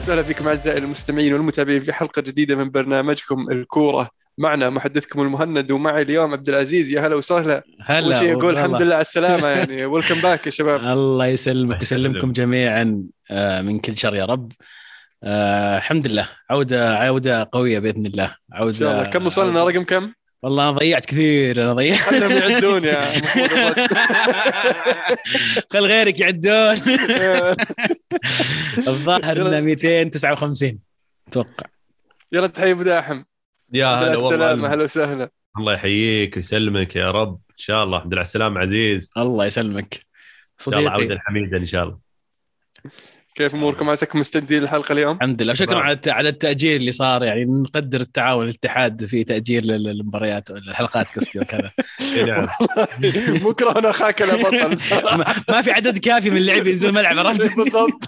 وسهلا فيكم أعزائي المستمعين والمتابعين في حلقة جديدة من برنامجكم الكورة. معنا محدثكم المهند ومعي اليوم عبد العزيز. يا هلا وسهلا. أول هلا شيء أقول الحمد والله. لله على السلامة، يعني ويلكم باك يا شباب. الله يسلمك الله ويسلمكم يسلم. جميعا من كل شر يا رب. الحمد لله، عودة قوية بإذن الله. إن شاء الله. كم وصلنا؟ عودة. رقم كم؟ والله أنا ضيعت كثير، أنا ضيعت. خلهم يعدون يا محمود الرد. خل غيرك يعدون. الظاهر إنه يلا 259 أتوقع. يلا تحيي أبو داحم. يا الحمد لله على هلا والله السلامة، هلا وسهلا. الله يحييك ويسلمك يا رب ان شاء الله. الحمد لله على السلامة عزيز. الله يسلمك ان شاء الله صديقي. عودة حميدة ان شاء الله. كيف أموركم؟ عساكم مستعدين للحلقة اليوم؟ الحمد لله، شكرا تمام. على التأجيل اللي صار، يعني نقدر التعاون الاتحاد في تأجيل المباريات الحلقات قصدي وكذا. إي نعم. مكره أخاك لا بطل ما بصراحة. ما في عدد كافي من اللعب ينزل الملعب، عرفت؟ بالضبط.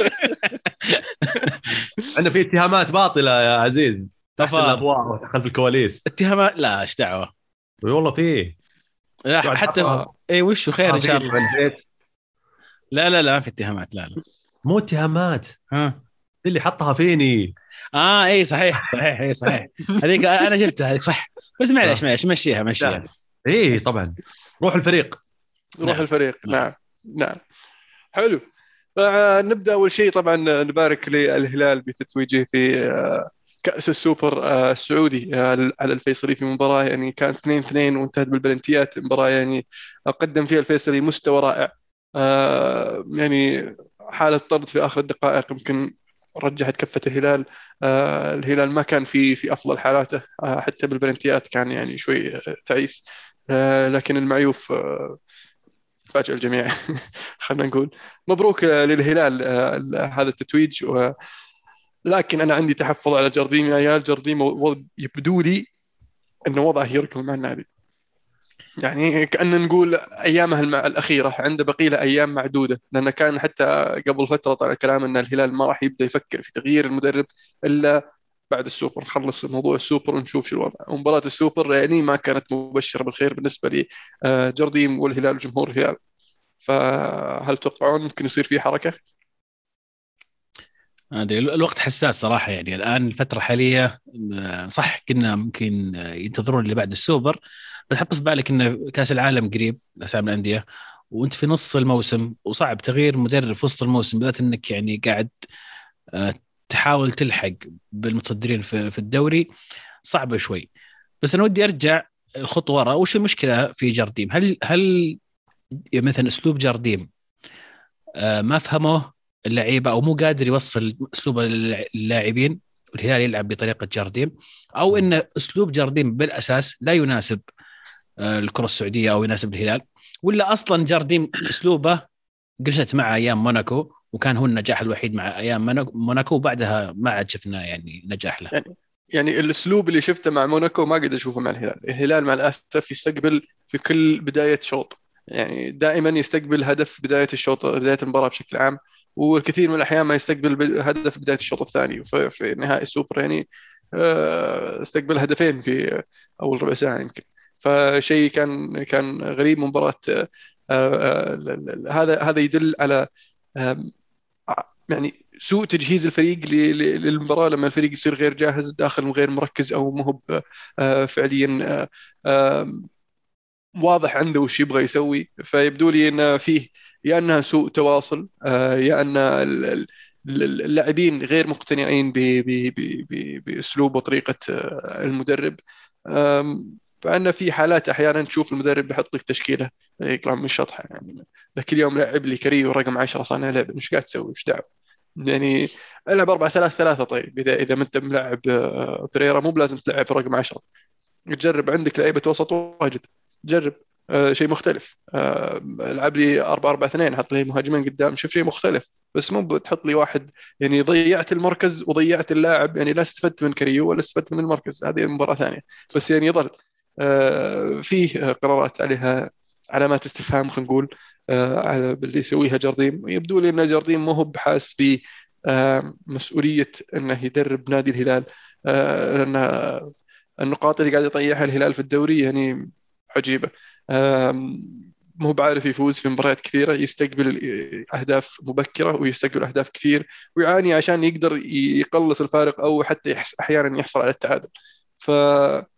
عندنا في اتهامات باطلة يا عزيز تحت افا الاضواء وخلف الكواليس. اتهامات؟ لا، ايش دعوه. وي والله فيه. لا، قاعد حتى حطها اي وش خير ان شاء فيني الله. من البيت. لا لا لا، ما في اتهامات، لا لا. مو اتهامات، ها. اللي حطها فيني. اي صحيح صحيح، اي صحيح. هذيك انا جبتها، هذيك صح. بس معليش ها. معليش، مشيها مشيها. لا ايه طبعا، روح الفريق. روح نعم الفريق. نعم. نعم. نعم. حلو. نبدأ أول شيء طبعا نبارك للهلال بتتويجه في كأس السوبر السعودي على الفيصلي في مباراة يعني كانت 2-2 وانتهت بالبلنتيات. مباراة يعني قدم فيها الفيصلي مستوى رائع. يعني حالة طرد في آخر الدقائق يمكن رجحت كفة الهلال. الهلال ما كان في أفضل حالاته، حتى بالبلنتيات كان يعني شوي تعيس. لكن المعيوف فاجأ الجميع. خلينا نقول مبروك للهلال هذا التتويج. لكن أنا عندي تحفظ على جارديم. يا عيال جارديم يبدو لي أنه وضعه يركل مع النادي، يعني كأن نقول أيامه الأخيرة عنده بقية أيام معدودة، لأنه كان حتى قبل فترة طلع كلام أن الهلال ما راح يبدأ يفكر في تغيير المدرب إلا بعد السوبر، نخلص موضوع السوبر ونشوف شو الوضع. ومباراة السوبر يعني ما كانت مبشرة بالخير بالنسبة لي جارديم والهلال وجمهور الهلال. فهل تتوقعون ممكن يصير في حركة؟ أدري الوقت حساس صراحة، يعني الآن الفترة حالية صح كنا ممكن ينتظرون اللي بعد السوبر، بس حط في بالك إن كأس العالم قريب، كأس العالم الأندية، وأنت في نص الموسم وصعب تغيير مدرب في وسط الموسم، بالذات إنك يعني قاعد آه، تحاول تلحق بالمتصدرين في الدوري، صعبة شوي. بس أنا ودي أرجع الخطوة ورا. وش المشكلة في جارديم؟ هل مثلا أسلوب جارديم ما فهموه اللعيبه، او مو قادر يوصل اسلوب اللاعبين والهلال يلعب بطريقه جارديم، او ان اسلوب جارديم بالاساس لا يناسب الكره السعوديه او يناسب الهلال، ولا اصلا جارديم اسلوبه قلشت مع ايام موناكو وكان هو النجاح الوحيد مع ايام موناكو، وبعدها ما عاد شفنا يعني نجاح له. يعني الاسلوب اللي شفته مع موناكو ما قد اشوفه مع الهلال. الهلال مع الاسف يستقبل في كل بدايه شوط، يعني دائما يستقبل هدف بدايه الشوط، بدايه المباراه بشكل عام، والكثير من الاحيان ما يستقبل هدف بدايه الشوط الثاني. في نهائي السوبر يعني استقبل هدفين في اول ربع ساعه يمكن. فشيء كان غريب مباراه. هذا يدل على يعني سوء تجهيز الفريق للمباراة، لما الفريق يصير غير جاهز داخل وغير مركز أو مهب فعليا واضح عنده وش يبغى يسوي. فيبدو لي أن فيه يا أنها سوء تواصل، يا أن اللاعبين غير مقتنعين بأسلوب وطريقة المدرب. فأنا في حالات أحيانا تشوف المدرب بيحط لك تشكيلة يقلع من الشطحة، يعني ذاك اليوم لعب لي كريو رقم 10 صانع لعب، مش قاعد تسوي وش دعوة؟ يعني العب 4-3-3. طيب إذا ما أنت ملعب بريرا مو بلازم تلعب رقم 10. تجرب عندك لعيبة وسط واجد، جرب شيء مختلف. العب لي 4-4-2، حط لي مهاجمين قدام، شوف شيء مختلف. بس مو بتحط لي واحد يعني ضيعت المركز وضيعت اللاعب، يعني لا استفدت من كريو ولا استفدت من المركز. هذه مباراة ثانية. بس يعني يظل فيه قرارات عليها علامات استفهام، خلينا نقول على باللي يسويها جارديم. يبدو لي ان جارديم مو هو بحاس ب مسؤولية انه يدرب نادي الهلال، لان النقاط اللي قاعد يطيحها الهلال في الدوري يعني عجيبة. مو بعارف يفوز في مباريات كثيرة، يستقبل أهداف مبكرة ويستقبل أهداف كثير، ويعاني عشان يقدر يقلص الفارق أو حتى أحيانا يحصل على التعادل. فالسؤال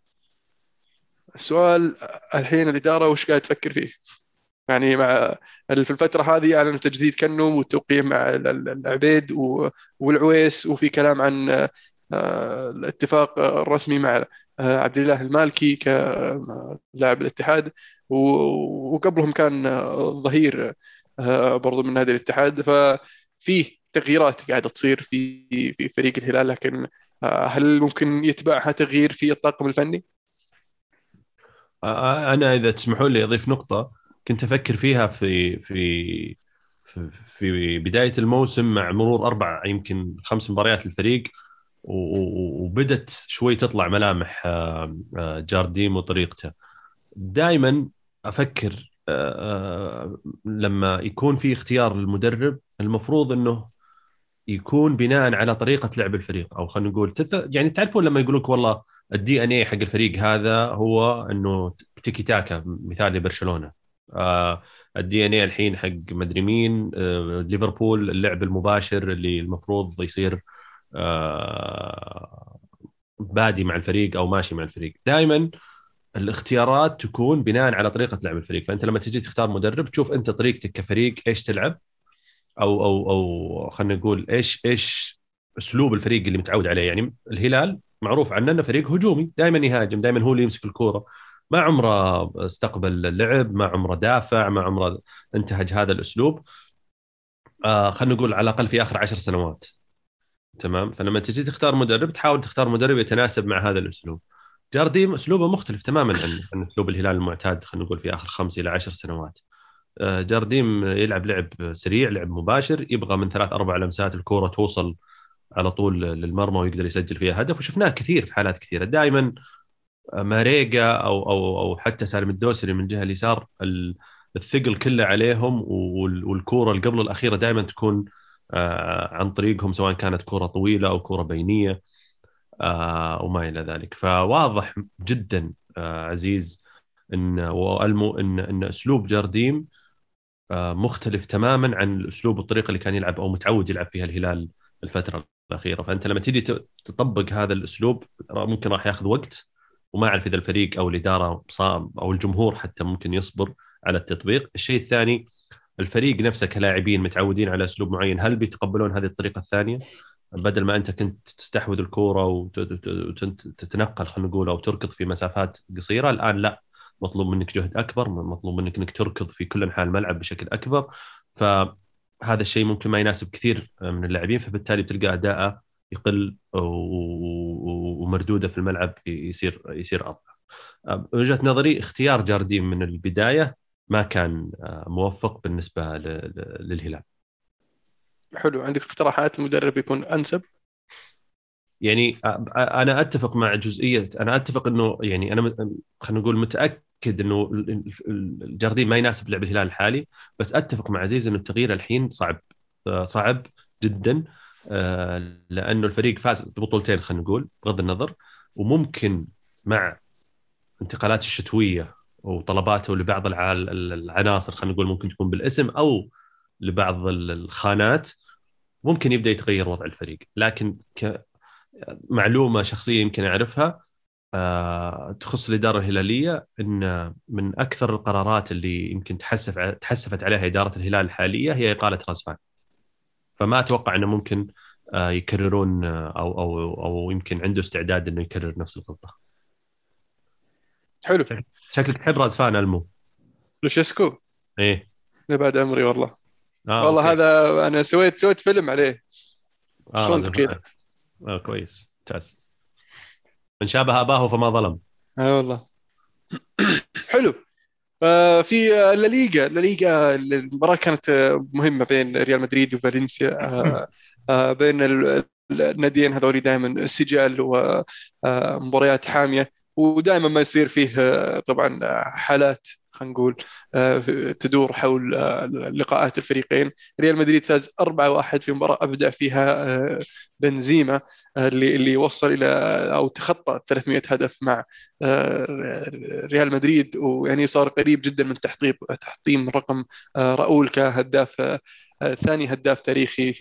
الحين الإدارة وش قاعد تفكر فيه؟ يعني مع في الفترة هذه أعلنوا تجديد كنو والتوقيع مع العبيد والعويس، وفي كلام عن الاتفاق الرسمي مع عبد الله المالكي كلاعب الاتحاد، وقبلهم كان الظهير برضو من نادي الاتحاد. ففي تغييرات قاعدة تصير في فريق الهلال، لكن هل ممكن يتبعها تغيير في الطاقم الفني؟ انا اذا تسمحوا لي اضيف نقطه كنت افكر فيها في بدايه الموسم مع مرور 4 يمكن 5 مباريات للفريق، وبدت شوي تطلع ملامح جارديم وطريقته. دائما افكر لما يكون في اختيار للمدرب المفروض انه يكون بناء على طريقه لعب الفريق، او خلينا نقول يعني تعرفون لما يقول لك والله الدي ان اي حق الفريق هذا هو انه تيكي تاكا، مثال لبرشلونه. الدي ان اي الحين حق مدري مين، ليفربول اللعب المباشر اللي المفروض يصير بادي مع الفريق او ماشي مع الفريق. دائما الاختيارات تكون بناء على طريقه لعب الفريق، فانت لما تجي تختار مدرب تشوف انت طريقتك كفريق ايش تلعب، او خلينا نقول ايش اسلوب الفريق اللي متعود عليه. يعني الهلال معروف عنه انه فريق هجومي، دائما يهاجم، دائما هو اللي يمسك الكوره، ما عمره استقبل اللعب، ما عمره دافع، ما عمره انتهج هذا الاسلوب. خلينا نقول على الاقل في اخر 10 سنوات. تمام. فلما تجي تختار مدرب تحاول تختار مدرب يتناسب مع هذا الاسلوب. جارديم اسلوبه مختلف تماما عن اسلوب الهلال المعتاد، خلينا نقول في اخر 5 الى 10 سنوات. جارديم يلعب لعب سريع، لعب مباشر، يبغى من 3 4 لمسات الكرة توصل على طول للمرمى ويقدر يسجل فيها هدف، وشفناه كثير في حالات كثيرة. دائما ماريجا او حتى سالم الدوسري من الجهة اليسار الثقل كله عليهم، والكرة اللي قبل الأخيرة دائما تكون عن طريقهم، سواء كانت كرة طويلة أو كرة بينية وما إلى ذلك. فواضح جدا عزيز إن أسلوب جارديم مختلف تماما عن الاسلوب والطريقه اللي كان يلعب او متعود يلعب فيها الهلال الفتره الاخيره. فانت لما تيجي تطبق هذا الاسلوب ممكن راح ياخذ وقت، وما اعرف اذا الفريق او الاداره صعب او الجمهور حتى ممكن يصبر على التطبيق. الشيء الثاني، الفريق نفسه كلاعبين متعودين على اسلوب معين، هل بيتقبلون هذه الطريقه الثانيه؟ بدل ما انت كنت تستحوذ الكوره وتتنقل خلينا نقول او تركض في مسافات قصيره، الان لا، مطلوب منك جهد اكبر، مطلوب منك انك تركض في كل انحاء الملعب بشكل اكبر. فهذا الشيء ممكن ما يناسب كثير من اللاعبين، فبالتالي بتلقى اداءه يقل ومردوده في الملعب يصير اضعف. من وجهه نظري اختيار جارديم من البدايه ما كان موفق بالنسبه للهلال. حلو، عندك اقتراحات المدرب يكون أنسب؟ يعني انا اتفق مع جزئيه، انا اتفق انه يعني انا خلينا نقول متاكد انه الجارديم ما يناسب لعب الهلال الحالي، بس اتفق مع عزيز انه التغيير الحين صعب جدا، لانه الفريق فاز ببطولتين خلينا نقول بغض النظر، وممكن مع انتقالات الشتويه وطلباته لبعض العناصر خلينا نقول ممكن تكون بالاسم او لبعض الخانات ممكن يبدا يتغير وضع الفريق. لكن معلومة شخصية يمكن أعرفها تخص الإدارة الهلالية، أن من أكثر القرارات اللي يمكن تحسفت عليها إدارة الهلال الحالية هي إقالة رازفان. فما أتوقع أنه ممكن يكررون أو يمكن عنده استعداد أنه يكرر نفس الغلطة. حلو. شكلك تحب رازفان ألمو. لوشيسكو؟ إيه بعد أمري والله. والله أوكي. هذا أنا سويت فيلم عليه. شلون تقيله؟ كويس ممتاز. من شابه أباه فما ظلم. والله. حلو. في الليغا المباراة كانت مهمة بين ريال مدريد وفالنسيا. بين الناديين هذول دائما سجال ومباريات حامية، ودائما ما يصير فيه طبعا حالات خلينا نقول تدور حول لقاءات الفريقين. ريال مدريد فاز 4-1 في مباراة أبدع فيها بنزيما، اللي وصل إلى أو تخطى 300 هدف مع ريال مدريد، ويعني صار قريب جدا من تحطيم رقم راؤول كهداف ثاني هداف تاريخي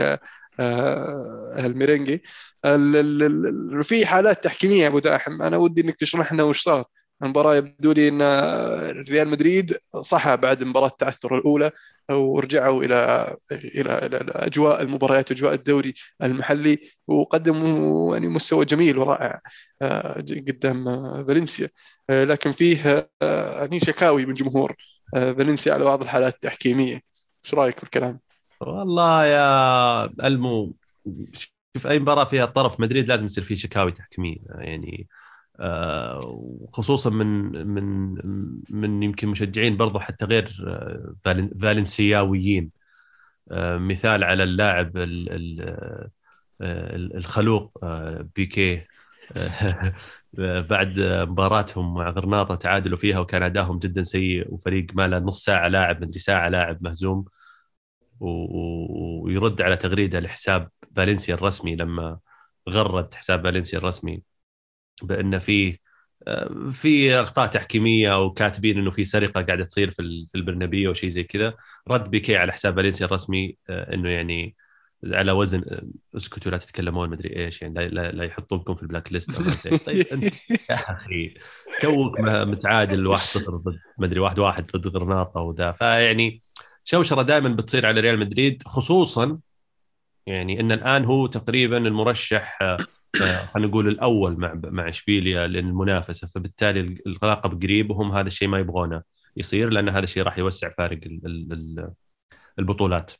الميرينجي. في حالات تحكيميه ابو داحم، انا ودي انك تشرح لنا وش صار المباراه. يبدو لي ان ريال مدريد صحى بعد مباراه التعثر الاولى، ورجعوا الى اجواء المباريات واجواء الدوري المحلي، وقدموا يعني مستوى جميل ورائع قدام فالنسيا. لكن فيه يعني شكاوي من جمهور فالنسيا على بعض الحالات التحكيميه. ايش رايك في الكلام؟ والله يا المو، شوف اي مباراه فيها طرف مدريد لازم يصير فيه شكاوي تحكيميه يعني. خصوصا من يمكن مشجعين برضو حتى غير فالنسياويين. مثال على اللاعب الخلوق بيكيه. بعد مباراتهم مع غرناطة تعادلوا فيها وكان أداهم جدا سيء، وفريق ما له نص ساعة لاعب مدري ساعة لاعب مهزوم، ويرد على تغريده لحساب فالنسيا الرسمي لما غرد حساب فالنسيا الرسمي بأن في أخطاء تحكيمية، أو كاتبين إنه في سرقة قاعدة تصير في البرنابيو أو شيء زي كذا. رد بيكي على حساب فالنسيا الرسمي إنه يعني على وزن اسكتوا لا تتكلمون مدري ايش، يعني لا يحطونكم في البلاك ليست أو طيب انت يا اخي توك متعادل 1-0 ضد مدري 1-1 ضد غرناطة وذا، فيعني شوشرة دائما بتصير على ريال مدريد، خصوصا يعني ان الان هو تقريبا المرشح خلينا نقول الاول مع اشبيليا للمنافسه، فبالتالي اللقب قريب، وهم هذا الشيء ما يبغونه يصير، لان هذا الشيء راح يوسع فارق البطولات.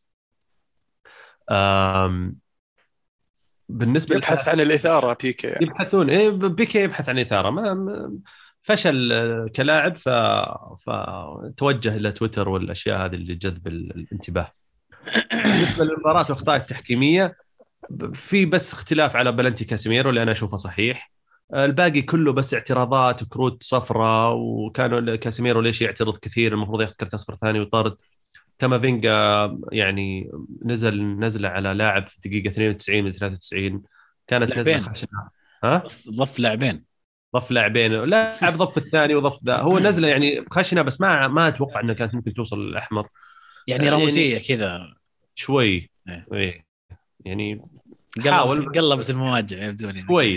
بالنسبه يبحث عن الاثاره بيكي يعني. يبحثون بيكي يبحث عن اثاره، فشل كلاعب فتوجه الى تويتر والاشياء هذه اللي جذب الانتباه. بالنسبه للمباراه والاخطاء التحكيميه، في بس اختلاف على بلنتي كاسيميرو اللي انا اشوفه صحيح، الباقي كله بس اعتراضات وكروت صفراء، وكانوا كاسيميرو ليش يعترض كثير، المفروض ياخذ كرت اصفر ثاني وطرد. كامافينجا يعني نزله على لاعب في الدقيقه 92 من 93، كانت نزله خشنه. ضف لاعبين لاعب ضف الثاني وضف ذا، هو نزله يعني خشنه، بس ما اتوقع انها كانت ممكن توصل للاحمر، يعني رموسيه كذا شوي. يعني قلبت المواجع يبدو لي شوي.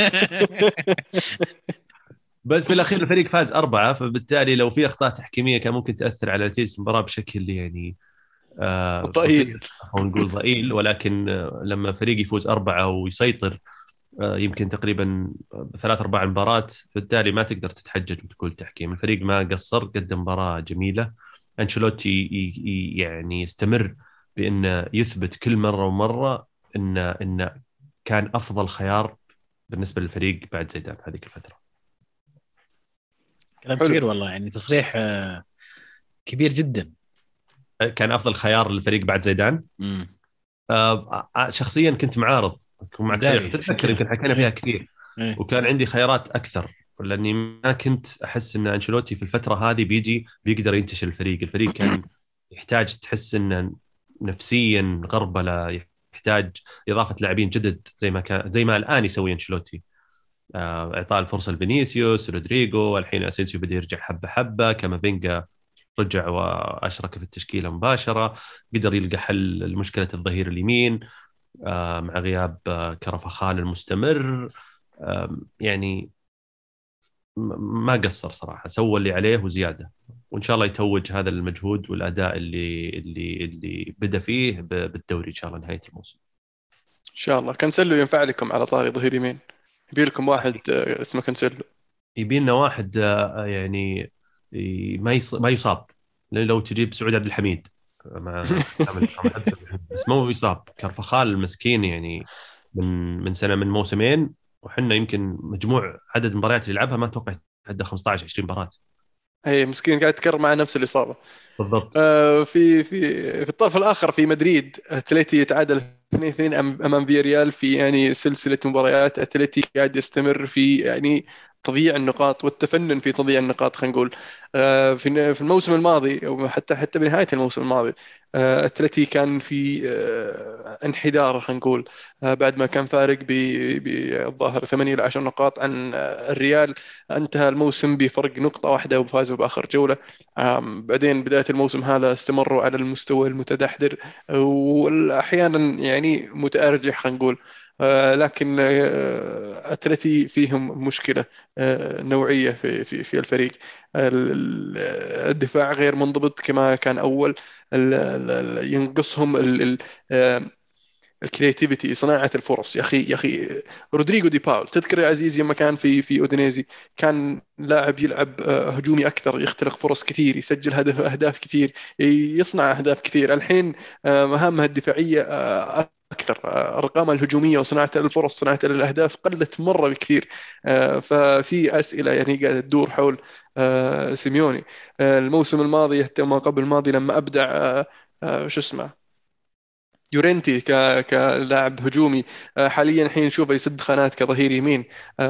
بس في الاخير الفريق فاز 4، فبالتالي لو في اخطاء تحكيميه كان ممكن تاثر على نتيجه المباراه بشكل يعني ضئيل او نقول ضئيل، ولكن لما فريق يفوز 4 ويسيطر يمكن تقريبا 3/4 المباراة، بالتالي ما تقدر تتحجج وتقول تحكيم. الفريق ما قصر، قدم مباراة جميلة. أنشيلوتي يعني يستمر بأنه يثبت كل مرة ومرة إن كان أفضل خيار بالنسبة للفريق بعد زيدان هذيك الفترة. كلام كبير والله، يعني تصريح كبير جدا. كان أفضل خيار للفريق بعد زيدان. شخصيا كنت معارض مع تصريح، تتذكر يمكن حكينا فيها كثير، وكان عندي خيارات أكثر، لأني ما كنت أحس أن أنشيلوتي في الفترة هذه بيقدر ينتشل الفريق كان يحتاج تحس أنه نفسيا غربلة، يحتاج إضافة لاعبين جدد زي ما الآن يسوي أنشيلوتي، إعطاء الفرصة لفينيسيوس رودريغو، والحين أسينسيو بدأ يرجع حبة حبة، كامافينجا رجع وأشرك في التشكيلة مباشرة، قدر يلقى حل لمشكلة الظهير اليمين مع غياب كرفخال المستمر. يعني ما قصر صراحة، سوى اللي عليه وزيادة، وإن شاء الله يتوج هذا المجهود والأداء اللي بدأ فيه بالدوري إن شاء الله نهاية الموسم. إن شاء الله. كانسيلو ينفع لكم على طاري ظهير يمين، يبي لكم واحد اسمه كانسيلو، يبي لنا واحد يعني ما يصاب، لو تجيب سعود عبد الحميد بس مو يصاب. كرفخال المسكين يعني من سنة من موسمين، وحنا يمكن مجموع عدد المباريات اللي يلعبها ما اتوقع عدى 15-20 مباراة. اي مسكين قاعد يتكرر مع نفس الإصابة بالضبط. في الطرف الآخر في مدريد، أتلتي يتعادل 2-2 أمام فياريال في يعني سلسلة مباريات. أتلتي قاعد يستمر في يعني تضييع النقاط والتفنن في تضييع النقاط، خلينا نقول. في الموسم الماضي، او حتى بنهايه الموسم الماضي، اتلتي كان في انحدار، خلينا نقول. بعد ما كان فارق بالظاهر 8 ل 10 نقاط عن الريال، انتهى الموسم بفرق نقطه واحده وفازوا باخر جوله. بعدين بدايه الموسم هذا استمروا على المستوى المتدحدر، واحيانا يعني متأرجح، خلينا نقول. لكن أتلتي فيهم مشكلة نوعية في الفريق. الدفاع غير منضبط كما كان أول. ينقصهم الكرياتيفيتي، صناعة الفرص. يا أخي رودريجو دي باول، تذكر يا عزيزي لما كان في أودينيزي، كان لاعب يلعب هجومي أكثر، يخترق فرص كثير، يسجل أهداف كثير، يصنع أهداف كثير. الحين مهامها الدفاعية أكثر، أرقامها الهجومية وصناعة الفرص، صناعة الأهداف قلت مرة بكثير. ففي أسئلة يعني قاعدة تدور حول سيميوني. الموسم الماضي حتى ما قبل الماضي لما أبدع شو اسمه يورينتي كلاعب هجومي، حاليا الحين نشوفه يسد خانات كظهير يمين.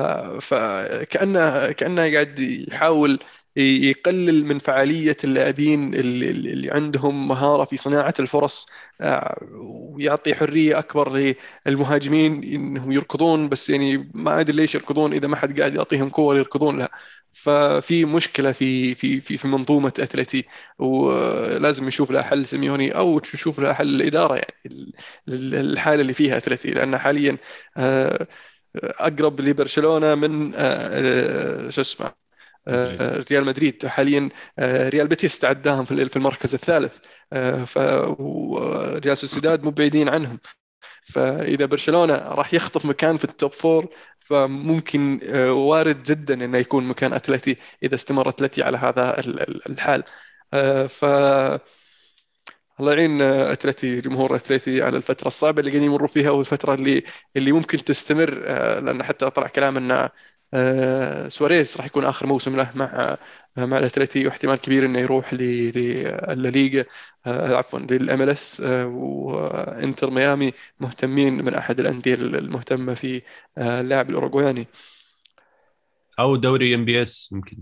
فكأنه قاعد يحاول يقلل من فعالية اللاعبين اللي عندهم مهارة في صناعة الفرص، ويعطي حرية أكبر للمهاجمين إنهم يركضون. بس يعني ما أدري ليش يركضون إذا ما حد قاعد يعطيهم كور يركضون لها. ففي مشكلة في منظومة أتلتي، ولازم يشوف لها حل سيميوني، او يشوف لها حل الاداره يعني. الحاله اللي فيها اتلتي، لان حاليا اقرب لبرشلونه من شو اسمه مدريد. ريال مدريد حاليا. ريال بيتيس تعداهم في المركز الثالث. وريال سوسيداد مو بعيدين عنهم. فإذا برشلونة راح يخطف مكان في التوب فور، فممكن وارد جدا انه يكون مكان اتلتي اذا استمر اتلتي على هذا الحال. ف الله يعين اتلتي، جمهور اتلتي، على الفتره الصعبه اللي قاعدين يمروا فيها، والفتره اللي ممكن تستمر. لان حتى طلع كلام ان سواريز راح يكون اخر موسم له مع الاتلتي، واحتمال كبير انه يروح للليغا، عفوا للام ال اس. وانتر ميامي مهتمين، من احد الانديه المهتمه في اللاعب الاوروغواني. او دوري ام بي اس يمكن.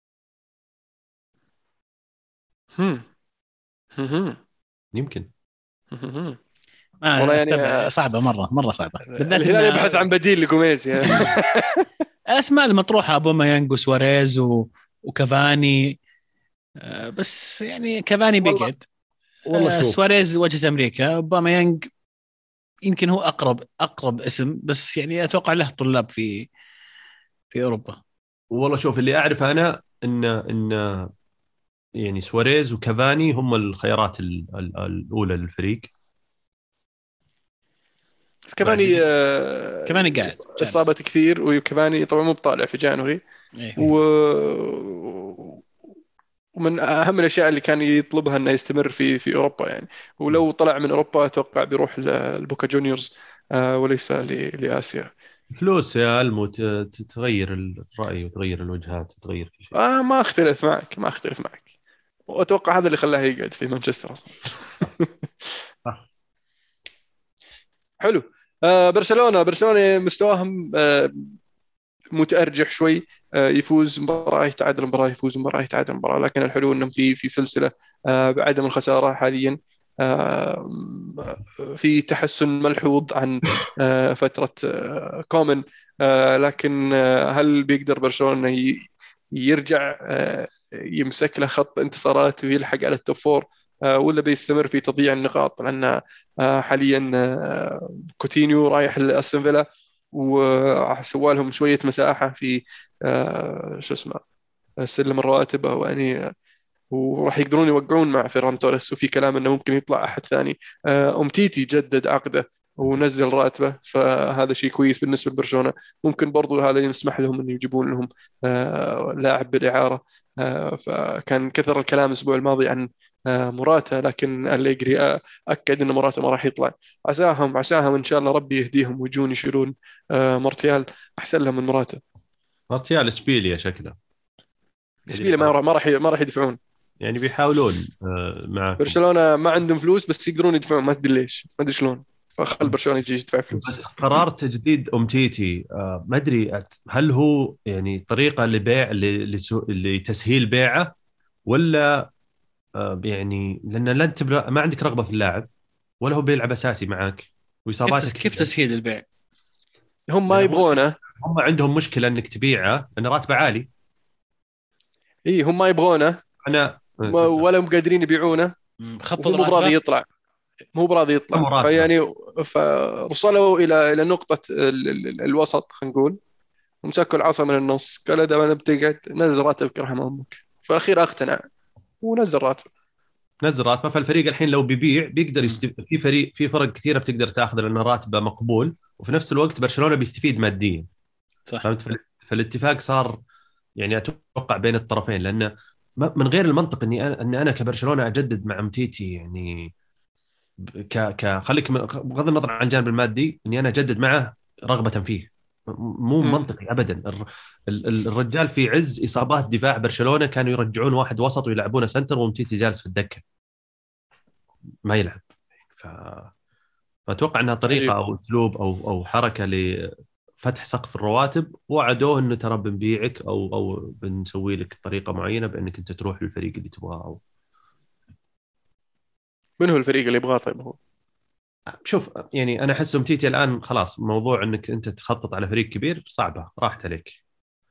هم. هم. يمكن. هم. والله ما يعني استبعد، صعبه مره صعبه، بالذات ان الهلال يبحث عن بديل لجوميز يعني. الاسماء المطروحه ابوميانج وسواريز وكافاني. بس يعني كافاني والله بيقعد. والله شوف، سواريز وجهة امريكا، اوباميانج يمكن هو اقرب اسم، بس يعني اتوقع له طلاب في اوروبا. اللي اعرف انا ان يعني سواريز وكافاني هم الخيارات الاولى للفريق. بس كفاني بعدين كافاني قاعد إصابة جالس. كثير، وكفاني طبعا مو بطالع في جانوري. إيه. و... ومن أهم الأشياء اللي كان يطلبها أنه يستمر في أوروبا يعني. ولو طلع من أوروبا أتوقع بيروح للبوكا جونيورز، وليس لآسيا. فلوس يا المو تغير الرأي وتغير الوجهات وتغير كل شيء. ما أختلف معك. وأتوقع هذا اللي خلاه يقعد في مانشستر أصلا. صح. حلو. برشلونة مستواهم متأرجح شوي. يفوز مباراة يتعادل مباراة، يفوز مباراة يتعادل مباراة. لكن الحلو انهم في سلسلة بعدم الخسارة حاليا. آه، في تحسن ملحوظ عن فترة كومن. لكن هل بيقدر برشلونة إنه يرجع يمسك له خط انتصارات ويلحق على التوب فور، ولا بيستمر في تضييع النقاط؟ لأن حاليا كوتينيو رايح لأستون فيلا، وسوى لهم شوية مساحة في شو اسمه سلم الرواتب، أو يعني وراح يقدرون يوقعون مع فيران توريس. وفي كلام انه ممكن يطلع احد ثاني. امتيتي جدد عقده ونزل راتبه، فهذا شيء كويس بالنسبه لبرشلونه. ممكن برضو هذا يسمح لهم انه يجيبون لهم لاعب بالاعاره. فكان كثر الكلام الاسبوع الماضي عن موراتا، لكن أليجري اكد ان موراتا ما راح يطلع. عساهم ان شاء الله ربي يهديهم ويجون يشيلون مارتيال، احسن لهم من موراتا. مارتيال اشبيليا شكله. اشبيليه ما راح يدفعون. يعني بيحاولون معاكم. برشلونة ما عندهم فلوس، بس يقدرون يدفعون، ما تدري ليش، ما ادري شلون. فخل برشلونه يجي يدفع فلوس. بس قرار تجديد أمتيتي ما أدري هل هو يعني طريقة لبيع لتسهيل بيعه، ولا يعني لأن لا أنت ما عندك رغبة في اللاعب، ولا هو بيلعب أساسي معك وإصاباتك كيف تسهيل البيع؟ هم ما يبغونه. هم عندهم مشكلة إنك تبيعه لأن راتبه عالي. هم ما يبغونه أنا ولا هم قادرين يبيعونه، خفض وهو مو براضي راتبه. يطلع، مو براضي يطلع. فيعني فرسلوا الى نقطه الوسط خلينا نقول، ومسكوا العصا من النص، قال اذا ما بتقعد نزل راتبك يرحم امك. في الاخير اقتنع ونزل راتبه. نزل راتبه. فالفريق الحين لو بيبيع بيقدر في فرق كثيره بتقدر تاخذ لانه راتبه مقبول، وفي نفس الوقت برشلونه بيستفيد ماديا. صح. فهمت؟ فالاتفاك صار يعني اتوقع بين الطرفين، لانه من غير المنطق اني انا كبرشلونه اجدد مع امتيتي يعني خليك بغض النظر عن الجانب المادي، اني انا اجدد معه رغبه فيه. مو منطقي ابدا. الرجال في عز اصابات دفاع برشلونه كانوا يرجعون واحد وسط ويلعبونه سنتر ومتيتي جالس في الدكه ما يلعب. فاتوقع انها طريقه عجيب. او اسلوب او حركه لفتح سقف الرواتب، وعدوه انه ترى بنبيعك او بنسوي لك طريقه معينه بانك انت تروح للفريق اللي تبغاه. من هو الفريق اللي يبغاه طيب؟ هو شوف يعني انا احس امتيتي الان خلاص موضوع انك انت تخطط على فريق كبير صعبه، راحت عليك.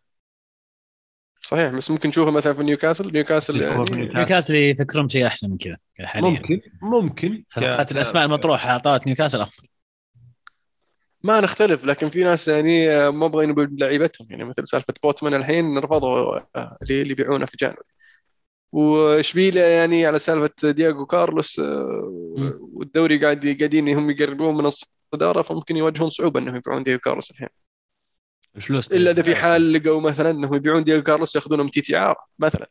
صحيح، بس ممكن نشوفه مثلا في نيوكاسل يعني. نيوكاسل يفكرون بشيء احسن من كذا حاليا. ممكن صفقات الاسماء المطروحه اعطت نيوكاسل افضل. ما نختلف، لكن في ناس يعني ما يبغون يبيعوا لعيبتهم، يعني مثل سالفه بوتمان الحين رفضوا اللي يبيعونه في جانوري. واشبيليا يعني على سالفه دياغو كارلوس والدوري قاعدين هم يقربون من الصداره، فممكن يواجهون صعوبه انهم يبيعون دياغو كارلوس الحين. الفلوس الا اذا في حال لقوا مثلا انهم يبيعون دياغو كارلوس ياخذونهم تيتي عار مثلا،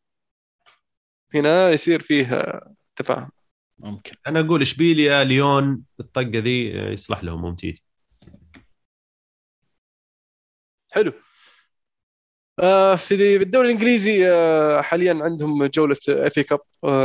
هنا يصير فيه تفاهم. ممكن. انا اقول اشبيليا ليون الطقه ذي يصلح لهم امتيتي. حلو. في الدوري الانجليزي حاليا عندهم جوله اف اي كاب.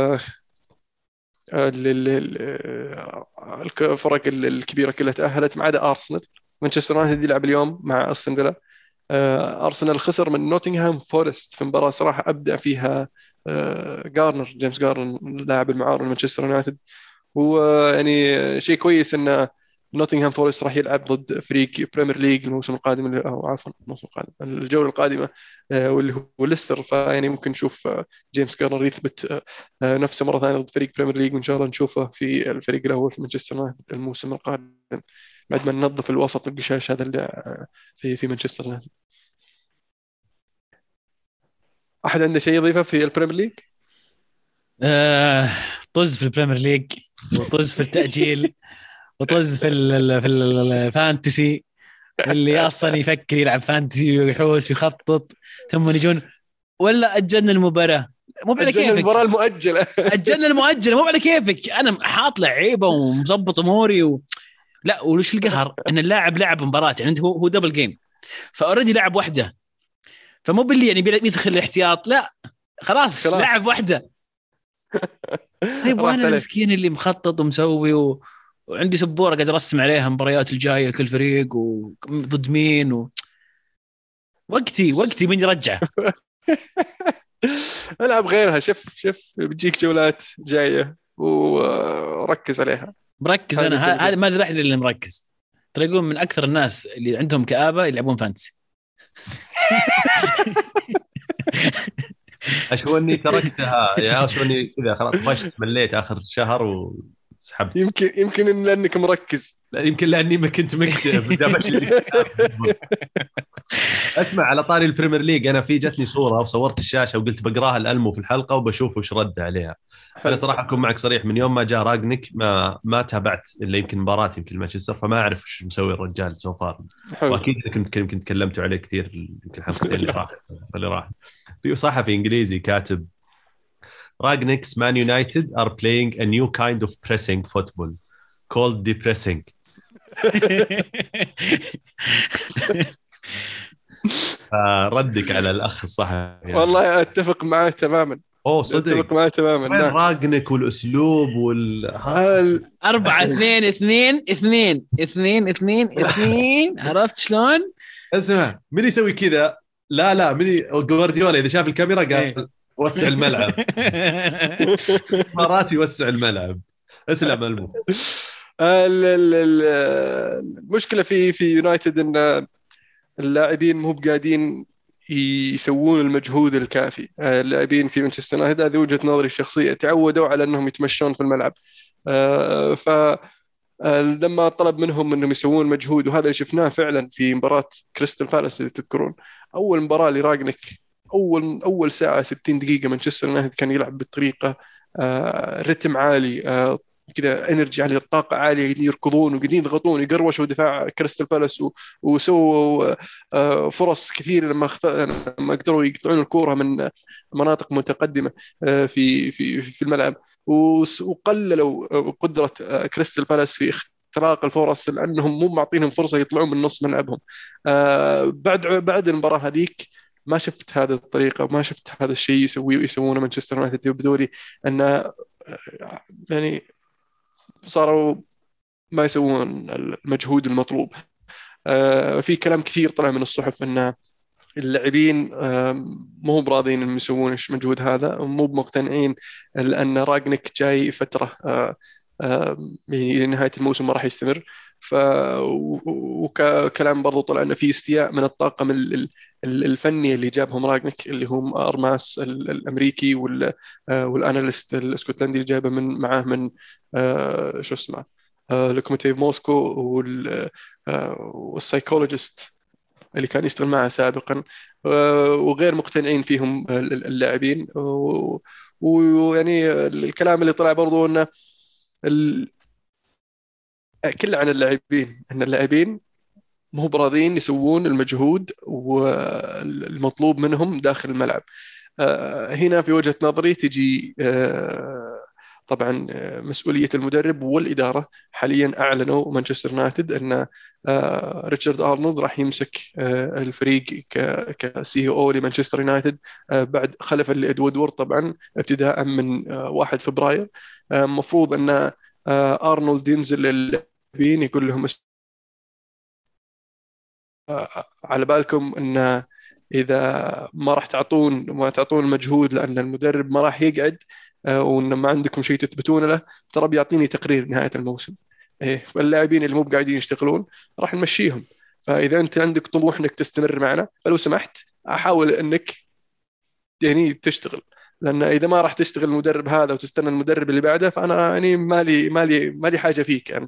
الفرق الكبيره كلها تاهلت ما عدا ارسنال. مانشستر يونايتد يلعب اليوم مع استون فيلا. ارسنال خسر من نوتنغهام فورست في مباراه صراحه ابدع فيها جيمس جارنر لاعب المعار لمانشستر يونايتد. ويعني شيء كويس ان نوتنغهام فورست راح يلعب ضد فريق بريمير ليج الموسم القادم، او عفوا الموسم القادم الجوله القادمه، واللي هو ليستر. فيعني ممكن نشوف جيمس جارنر يثبت نفسه مره ثانيه ضد فريق بريمير ليج، وان شاء الله نشوفه في الفريق الاول في مانشستر يونايتد الموسم القادم بعد ما ننظف الوسط القشاش هذا اللي في مانشستر يونايتد. احد عنده شيء يضيفه في البريمير ليج؟ طز في البريمير ليج، وطز في التأجيل، وطز في الفانتسي، واللي اصلا يفكر يلعب فانتسي ويحوس ويخطط ثم يجون ولا اجلنا المباراه. مو على كيفك. المباراه المؤجله. اجلنا المؤجله مو على كيفك. انا حاط لعيبه ومظبط اموري لا. وليش القهر ان اللاعب لعب مباراه يعني هو دبل جيم، فاوريدي لعب واحده، فمو باللي يعني بيدخل الاحتياط، لا خلاص لعب واحده. طيب وانا المسكين اللي مخطط ومسوي وعندي سبوره قاعد ارسم عليها المباريات الجايه كل فريق وضد مين وقتي من يرجع. العب غيرها. شف بتجيك جولات جايه وركز عليها. مركز انا هذا ما ذبح لي اللي مركز. ترى يقول من اكثر الناس اللي عندهم كآبه يلعبون فانتسي. اشوني تركتها يا اشوني كذا خلاص طفشت مليت اخر شهر وسحبت. يمكن لانك مركز. لا يمكن لاني ما كنت مكتئب. اسمع على طاري البريمير ليج، انا في جتني صوره وصورت الشاشه وقلت بقراها الالمو في الحلقه وبشوف وش رد عليها. انا صراحه اكون معك صريح، من يوم ما جاء راجنيك ما تابعت الا يمكن مباراه يمكن مانشستر، فما اعرف وش مسوي الرجال سو فار. واكيد يمكن تكلمتوا عليه كثير يمكن حلقتين اللي راح في صحفي انجليزي كاتب Ragnick's Man United are playing a new kind of pressing football called depressing. ردك على الأخ الصحفي يعني. والله أتفق معه تماما. اوه صدق، اتفق معي تماما. وين نعم. راجنك والاسلوب ال- 4-2-2-2-2-2-2. عرفت شلون؟ اسمع، من يسوي كذا؟ لا من جوارديولا اذا شاف الكاميرا إيه. قال وسع الملعب. مرات يوسع الملعب. اسلم المو. المشكله في يونايتد ان اللاعبين مو بقاعدين يسوون المجهود الكافي. اللاعبين في مانشستر يونايتد، هذه وجهة نظري الشخصية، تعودوا على أنهم يتمشون في الملعب. ف لما طلب منهم انهم يسوون مجهود، وهذا اللي شفناه فعلا في مباراه كريستال بالاس اللي تذكرون، اول مباراه لراجنك، اول ساعه 60 دقيقه مانشستر يونايتد كان يلعب بطريقه رتم عالي، كذا انرجي عالي، طاقه عاليه، قاعدين يركضون وقاعدين يضغطون يقروشوا دفاع كريستال بالاس، وسووا فرص كثير لما قدروا يقطعون الكوره من مناطق متقدمه في الملعب، وقللوا قدره كريستال بالاس في اختراق الفرص، لانهم مو معطينهم فرصه يطلعون من نص ملعبهم. بعد المباراه هذيك ما شفت هذه الطريقه، وما شفت هذا الشيء يسوونه مانشستر يونايتد. يبدو لي ان يعني صاروا ما يسوون المجهود المطلوب. في كلام كثير طلع من الصحف ان اللاعبين مو براضين انهم يسوون المجهود هذا، ومو مقتنعين لان راجنك جاي فتره يعني نهايه الموسم ما راح يستمر. ف وكلام برضو طلع انه في استياء من الطاقم الفني اللي جابهم راجنك، اللي هم ارماس الامريكي والاناليست الاسكتلندي اللي جايبه معاه من شو اسمه لوكوموتيف موسكو، والسايكولوجيست اللي كان يشتغل معه سابقا، وغير مقتنعين فيهم اللاعبين. ويعني الكلام اللي طلع برضو انه ال- كله عن اللاعبين، ان اللاعبين مو براضيين يسوون المجهود والمطلوب منهم داخل الملعب. هنا في وجهة نظري تجي طبعا مسؤولية المدرب والإدارة. حاليا أعلنوا مانشستر يونايتد أن ريتشارد أرنولد راح يمسك الفريق كسي او لمانشستر يونايتد، بعد خلفا لإدوارد طبعا ابتداء من 1 فبراير. مفروض أن أرنولد ينزل للاعبين يقول لهم على بالكم ان اذا ما تعطون المجهود لان المدرب ما راح يقعد، وان ما عندكم شيء تثبتون له، ترى بيعطيني تقرير نهايه الموسم. ايه، فاللاعبين اللي مو قاعدين يشتغلون راح نمشيهم. فاذا انت عندك طموح انك تستمر معنا، فلو سمحت احاول انك يعني تشتغل، لان اذا ما راح تشتغل المدرب هذا وتستنى المدرب اللي بعده، فانا يعني مالي حاجه فيك انت.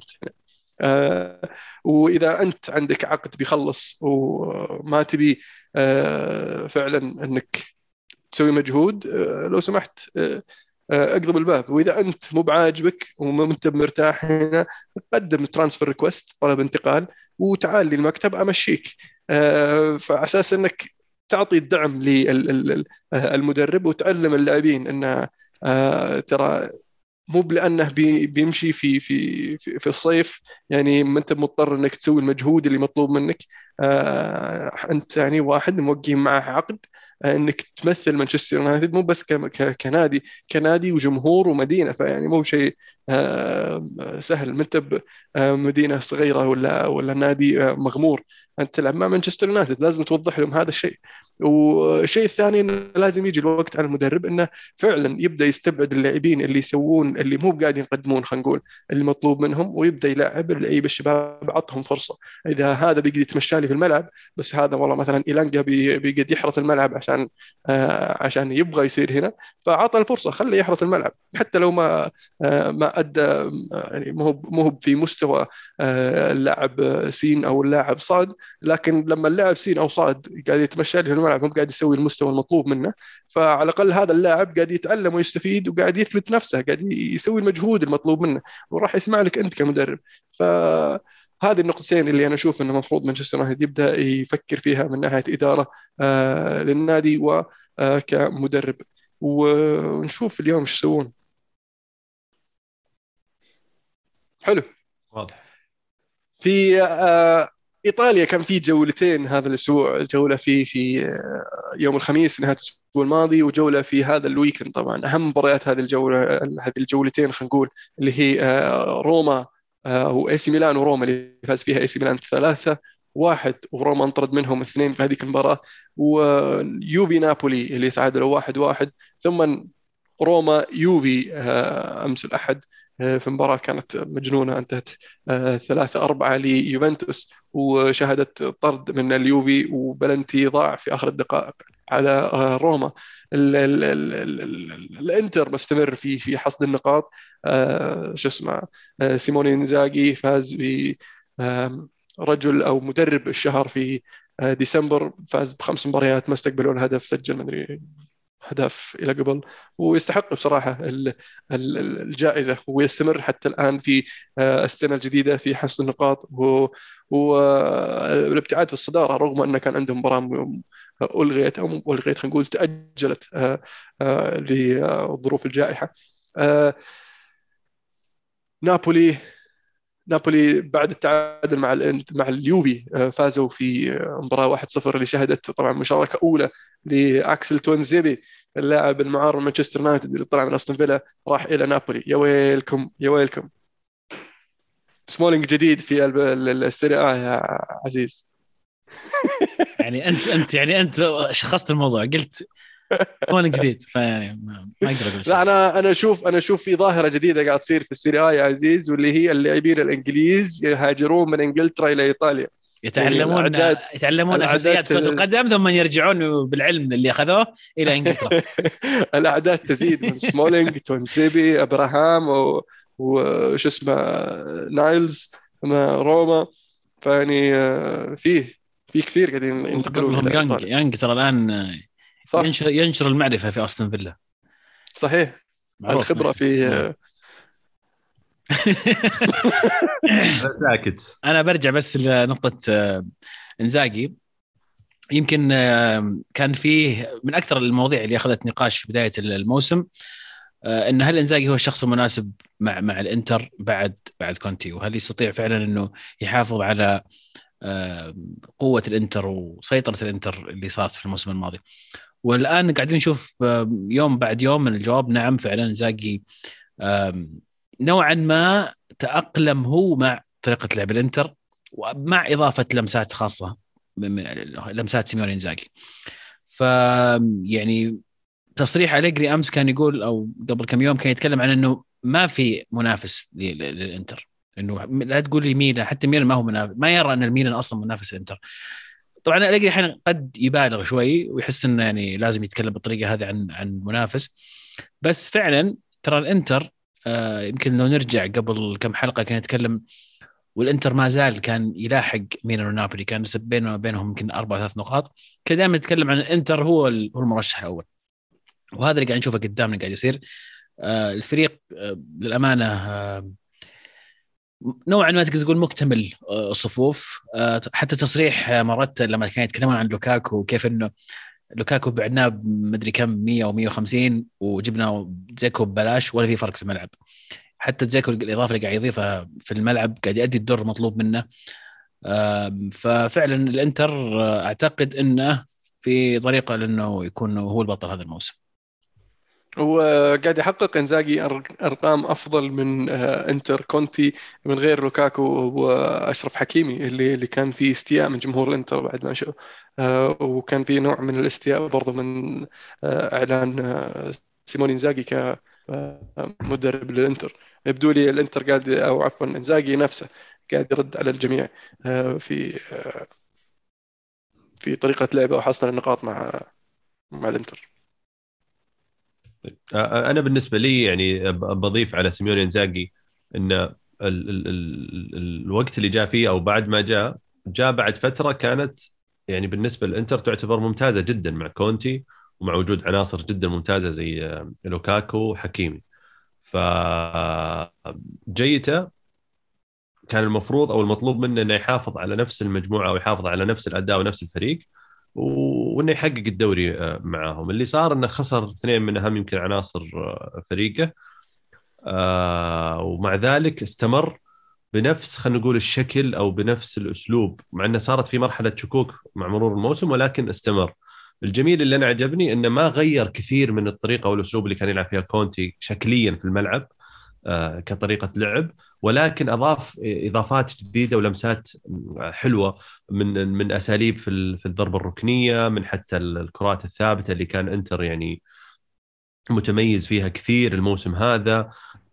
واذا انت عندك عقد بيخلص وما تبي فعلا انك تسوي مجهود، لو سمحت اقلب الباب. واذا انت مو بعاجبك وما انت مرتاح هنا، قدم ترانسفير ريكوست، طلب انتقال، وتعال لي المكتب امشيك. فاساس انك تعطي الدعم للمدرب وتعلم اللاعبين ان ترى مو لانه بيمشي في الصيف يعني ما انت مضطر انك تسوي المجهود اللي مطلوب منك. انت يعني واحد موقعين معه عقد انك تمثل مانشستر يونايتد، مو بس كنادي وجمهور ومدينه. فيعني مو شيء سهل. ما انت بمدينه صغيره ولا نادي مغمور، انت تلعب مع مانشستر يونايتد، لازم توضح لهم هذا الشيء. والشيء الثاني انه لازم يجي الوقت على المدرب انه فعلا يبدا يستبعد اللاعبين اللي يسوون اللي مو قاعدين يقدمون، خلينا نقول اللي مطلوب منهم، ويبدا يلعب اللعيبه الشباب، عطهم فرصه. اذا هذا بيقدر يتمشى لي في الملعب، بس هذا والله مثلا إيلانجا بيقدر يحرث الملعب عشان يبغى يصير هنا، فعطى الفرصه، خليه يحرث الملعب حتى لو ما ادى يعني مو في مستوى اللاعب سين او اللاعب صاد. لكن لما اللاعب سين او صاد قاعد يتمشى لي في الملعب، مو قاعد يسوي المستوى المطلوب منه، فعلى الاقل هذا اللاعب قاعد يتعلم ويستفيد وقاعد يثبت نفسه، قاعد يسوي المجهود المطلوب منه، وراح يسمع لك انت كمدرب. فهذه النقطتين اللي انا اشوف انه المفروض مانشستر يونايتد يبدا يفكر فيها من ناحيه اداره للنادي وكمدرب، ونشوف اليوم ايش يسوون. حلو. واضح. في إيطاليا كان في جولتين هذا الأسبوع، جولة في يوم الخميس نهاية الأسبوع الماضي، وجولة في هذا الويكند. طبعا أهم مباريات هذه هذه الجولتين خلينا نقول اللي هي روما أو AC ميلان وروما، اللي فاز فيها AC ميلان 3-1 وروما انطرد منهم 2 في هذيك المباراة، ويوفي نابولي اللي تعادلوا 1-1. ثم روما يوفي أمس الأحد في مباراة كانت مجنونة، انتهت 3-4 ليوفنتوس، وشهدت طرد من اليوفي وبلنتي ضاع في آخر الدقائق على روما. الانتر مستمر في حصد النقاط. شو اسمه سيموني إنزاغي فاز ب رجل أو مدرب الشهر في ديسمبر، فاز ب5 مباريات ما استقبلوا الهدف، سجل مدري هدف إلى قبل، ويستحق بصراحة الجائزة، ويستمر حتى الآن في السنة الجديدة في حصد النقاط والابتعاد في الصدارة، رغم أن كان عندهم مباراة ألغيت أو ألغيت خلينا نقول تأجلت لظروف الجائحة. نابولي بعد التعادل مع اليوفي فازوا في مباراة 1-0 اللي شهدت طبعا مشاركة أولى لأكسل تونزيبي، اللاعب المعار من مانشستر يونايتد اللي طلع من أستون فيلا راح إلى نابولي. يا ويلكم يا ويلكم. سمولينج جديد في السيريا يا عزيز. يعني انت شخصت الموضوع، قلت سمولينج جديد، فيعني ما اقدر اقول شيء. لا انا اشوف في ظاهره جديده قاعد تصير في السيريا يا عزيز، واللي هي اللاعبين الانجليز يهاجرون من انجلترا الى ايطاليا، يتعلمون اساسيات كرة القدم ثم يرجعون بالعلم اللي اخذوه الى انجلترا. الاعداد تزيد من سمولينج، تونسيبي، ابراهام وش اسمه نايلز روما، فيعني في كثير قاعدين ينتقلون الى ايطاليا. يانج ترى الان ينشر المعرفة في أستون فيلا. صحيح، الخبرة في ساكت. أنا برجع بس لنقطة إنزاغي. يمكن كان فيه من أكثر المواضيع اللي أخذت نقاش في بداية الموسم إن هل إنزاغي هو الشخص المناسب مع الإنتر بعد كونتي، وهل يستطيع فعلا إنه يحافظ على قوة الإنتر وسيطرة الإنتر اللي صارت في الموسم الماضي. والآن قاعدين نشوف يوم بعد يوم من الجواب نعم فعلا إنزاغي نوعا ما تأقلم هو مع طريقة لعب الإنتر، ومع إضافة لمسات خاصة لمسات سيميوني إنزاغي. يعني تصريح أليجري أمس كان يقول، أو قبل كم يوم كان يتكلم عن أنه ما في منافس للإنتر، أنه لا تقول لي ميلان، حتى ميلان ما هو منافس، ما يرى أن الميلان أصلا منافس الإنتر. طبعا أليجري حين قد يبالغ شوي ويحس انه يعني لازم يتكلم بالطريقه هذه عن منافس، بس فعلا ترى الانتر يمكن لو نرجع قبل كم حلقه كنا نتكلم والانتر ما زال كان يلاحق ميلان ونابولي، كان نسب بينهم يمكن 4-3 نقاط. كنا دائما نتكلم عن الانتر هو المرشح الاول، وهذا اللي قاعد نشوفه قدامنا قاعد يصير. الفريق للامانه نوعا ما تقدر تقول مكتمل الصفوف. حتى تصريح مرات لما كانوا يتكلمون عن لوكاكو وكيف انه لوكاكو بعدناه بمدري كم 100 و 150 وجبنا زيكو ببلاش ولا في فرق في الملعب. حتى زيكو الاضافه اللي قاعد يضيفها في الملعب قاعد يؤدي الدور المطلوب منه. ففعلا الانتر اعتقد انه في طريقه لانه يكون هو البطل هذا الموسم. وقاعد يحقق إنزاغي أرقام أفضل من إنتر كونتي من غير لوكاكو وأشرف حكيمي اللي كان فيه استياء من جمهور الإنتر بعد ما شاء، وكان فيه نوع من الاستياء برضه من إعلان سيموني إنزاغي كمدرب للإنتر. يبدو لي الإنتر قاعد، أو عفوا إنزاغي نفسه قاعد يرد على الجميع في طريقة لعبه وحصل النقاط مع الإنتر. انا بالنسبه لي يعني بضيف على سيميوني إنزاغي ان الوقت اللي جاء فيه او بعد ما جاء بعد فتره كانت يعني بالنسبه للانتر تعتبر ممتازه جدا مع كونتي، ومع وجود عناصر جدا ممتازه زي لوكاكو وحكيمي. فجيته كان المفروض او المطلوب منه انه يحافظ على نفس المجموعه او يحافظ على نفس الاداء ونفس الفريق، وانه يحقق الدوري معاهم. اللي صار انه خسر 2 من اهم يمكن عناصر فريقه، ومع ذلك استمر بنفس خلينا نقول الشكل او بنفس الاسلوب، مع انه صارت في مرحله شكوك مع مرور الموسم ولكن استمر. الجميل اللي انا عجبني انه ما غير كثير من الطريقه والاسلوب اللي كان يلعب فيها كونتي شكليا في الملعب كطريقه لعب، ولكن اضاف اضافات جديده ولمسات حلوه من اساليب في الضربه الركنيه، من حتى الكرات الثابته اللي كان انتر يعني متميز فيها كثير الموسم هذا.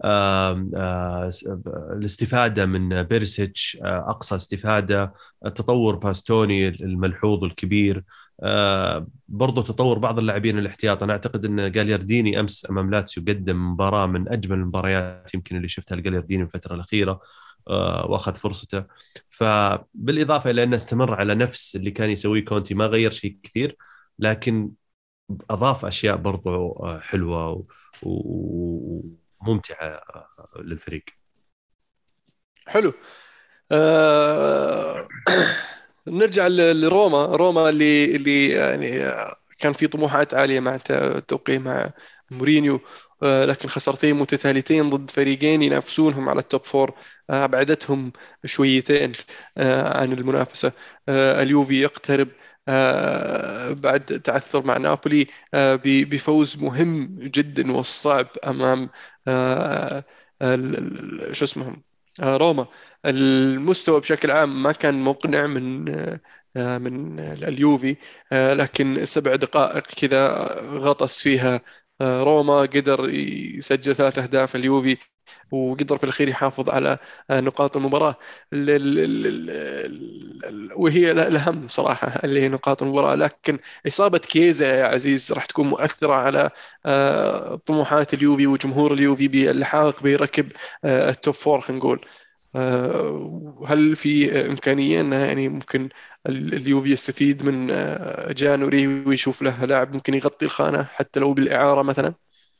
الاستفادة من بيرسيتش أقصى استفادة، تطور باستوني الملحوظ الكبير، برضو تطور بعض اللاعبين الاحتياط. أنا أعتقد أن جاليارديني أمس أمام لاتسيو قدم مباراة من أجمل المباريات يمكن اللي شفتها الجاليارديني في الفترة الأخيرة، وأخذ فرصته. فبالإضافة إلى أنه استمر على نفس اللي كان يسويه كونتي، ما غير شيء كثير، لكن أضاف أشياء برضو حلوة وممتعة للفريق. حلو. آه... نرجع روما اللي يعني كان في طموحات عالية مع التوقيع مع مورينيو، لكن خسارتين متتاليتين ضد فريقين ينافسونهم على التوب فور أبعدتهم شويتين عن المنافسة. اليوفي يقترب بعد تعثر مع نابولي بفوز مهم جدا والصعب أمام شو اسمهم روما. المستوى بشكل عام ما كان مقنع من اليوفي، لكن 7 دقائق كذا غطس فيها روما، قدر يسجل 3 أهداف اليوفي، وقدر في الأخير يحافظ على نقاط المباراة وهي الأهم صراحة اللي هي نقاط المباراة. لكن إصابة كيزا يا عزيز راح تكون مؤثرة على طموحات اليوفي وجمهور اليوفي باللحاق بركب التوب فور. خلينا نقول هل في إمكانية أن يعني ممكن اليوفي يستفيد من جانوري ويشوف له لاعب ممكن يغطي الخانة حتى لو بالإعارة مثلا؟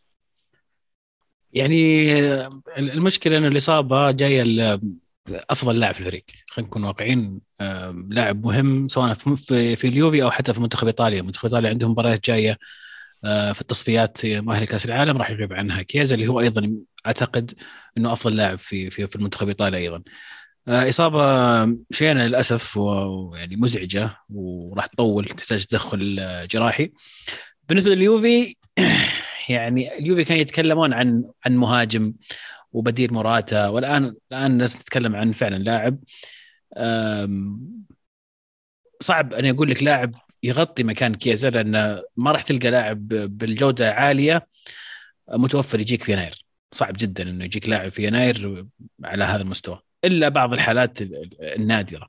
يعني المشكله انه الاصابه جايه افضل لاعب في الفريق، خلينا نكون واقعين. لاعب مهم سواء في اليوفي او حتى في منتخب ايطاليا. منتخب ايطاليا عندهم مباريات جايه في التصفيات مؤهله كاس العالم، راح يغيب عنها كيزا اللي هو ايضا اعتقد انه افضل لاعب في المنتخب الايطالي ايضا. اصابه شينه للاسف ويعني مزعجه وراح تطول، تحتاج تدخل جراحي. بالنسبه لليوفي يعني اليوفي كانوا يتكلمون عن مهاجم وبديل موراتا، والان الناس تتكلم عن فعلا لاعب. صعب أن أقول لك لاعب يغطي مكان كيزا، لأن ما راح تلقى لاعب بالجودة عالية متوفر يجيك في يناير. صعب جدا أنه يجيك لاعب في يناير على هذا المستوى إلا بعض الحالات النادرة.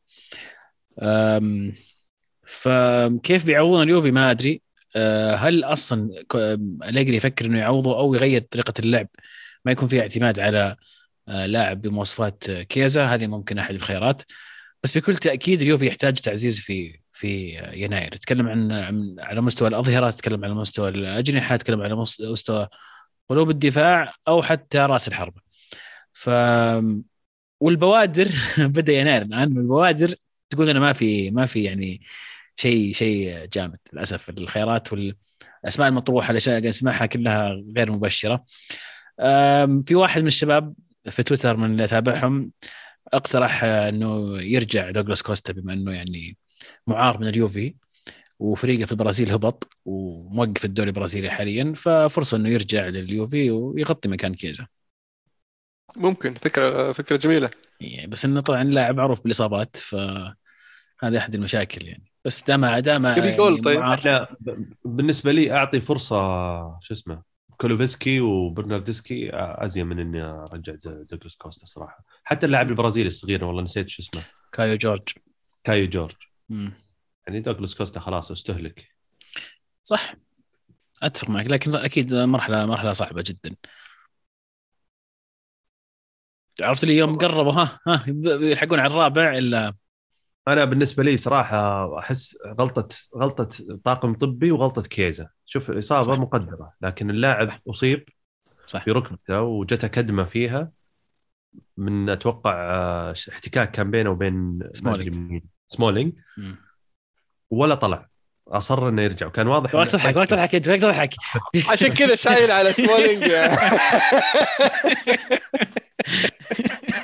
فكيف بيعوضون اليوفي ما أدري. هل أصلا أليجري يفكر أنه يعوضه أو يغير طريقة اللعب ما يكون فيها اعتماد على لاعب بمواصفات كيزا؟ هذه ممكن أحد الخيارات. بس بكل تأكيد اليوفي يحتاج تعزيز في يناير. تتكلم على مستوى الأظهرة، تتكلم على مستوى الأجنحة، تتكلم على مستوى قلوب الدفاع أو حتى رأس الحربة. والبوادر بدأ يناير الآن. البوادر تقول أنا ما في يعني شيء جامد للأسف. الخيارات والأسماء المطروحة اللي اسمعها كلها غير مبشرة. في واحد من الشباب في تويتر من اللي أتابعهم اقترح انه يرجع دوغلاس كوستا، بما انه يعني معار من اليوفي وفريقه في البرازيل هبط وموقف الدوري البرازيلي حاليا، ففرصه انه يرجع لليوفي ويغطي مكان كيزا. ممكن فكره جميله يعني بس انه طبعا لاعب معروف بالاصابات، فهذا احد المشاكل يعني. بس دام يبي يعني جول. طيب أنا بالنسبة لي أعطي فرصة شو اسمه كولوفسكي وبرناردسكي أزين من إني أرجع دوغلاس كوستا صراحة. حتى اللاعب البرازيلي الصغير والله نسيت شو اسمه، كايو جورج. يعني دوغلاس كوستا خلاص استهلك. صح، اتفق معك، لكن اكيد مرحله صعبه جدا. عرفت لي يوم قربوا ها يلحقون على الرابع الا. انا بالنسبه لي صراحه احس غلطه طاقم طبي وغلطه كيزا. شوف الاصابه صح. مقدره، لكن اللاعب اصيب صح. في ركبته وجته كدمه فيها من اتوقع احتكاك كان بينه وبين سمولينج ولا طلع. اصر انه يرجع وكان واضح. وقت تضحك عشان كذا شايل على سمولينج.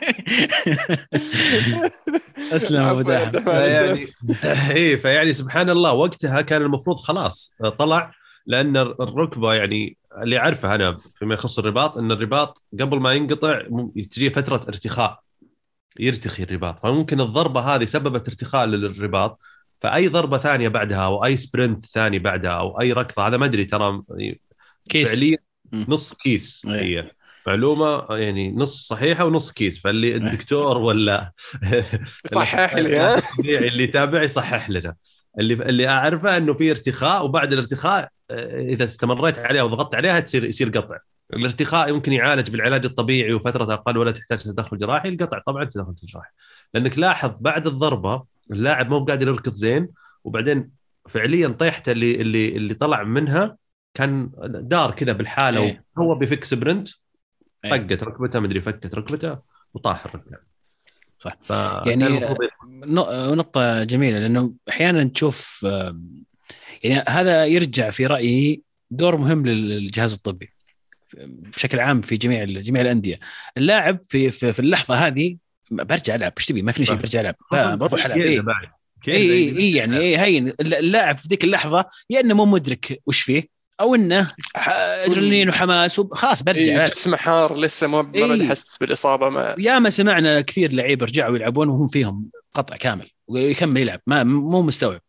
اسلم ابو عفواً، داحم. فيعني فيعني سبحان الله وقتها كان المفروض خلاص طلع، لان الركبه يعني اللي عارفه انا فيما يخص الرباط، ان الرباط قبل ما ينقطع تجي فتره ارتخاء، يرتخي الرباط، فممكن الضربه هذه سببت ارتخاء للرباط، فاي ضربه ثانيه بعدها او اي سبرنت ثاني بعدها او اي ركضه، هذا ما ادري ترى كيس. فعليا نص كيس. إيه. هي معلومه يعني نص صحيحه ونص كيس، فاللي الدكتور ولا صحح لي، العلاج ها؟ الطبيعي اللي يتابع يصحح لنا. اللي اعرفه انه في ارتخاء، وبعد الارتخاء اذا استمريت عليها وضغطت عليها يصير قطع. الارتخاء يمكن يعالج بالعلاج الطبيعي وفتره اقل ولا تحتاج تدخل جراحي. القطع طبعا تدخل جراحي، لانك لاحظ بعد الضربه اللاعب مو قادر يركض زين، وبعدين فعليا طيحته اللي طلع منها كان دار كذا بالحاله، إيه. وهو بيفك سبرنت إيه. طقت ركبته، مدري فكت ركبته وطاح الركبه. صح. فكان يعني المفروض نقطة جميلة، لأنه أحيانا تشوف يعني هذا يرجع في رأيي دور مهم للجهاز الطبي بشكل عام في جميع الأندية. اللاعب في اللحظة هذه برجع ألعب، إيش تبي؟ ما في شيء، برجع ألعب، بروح ألعب. إيه إيه يعني إيه هين اللاعب في ذيك اللحظة، يا إنه مو مدرك وش فيه، أو إنه أدرينالين وحماس خلاص برجع ألعب. جسمه حار لسه ما بدأ يحس بالإصابة. ما ياما سمعنا كثير لعيبه رجعوا يلعبون وهم فيهم قطع كامل ويكمل يلعب، مو مستوعب.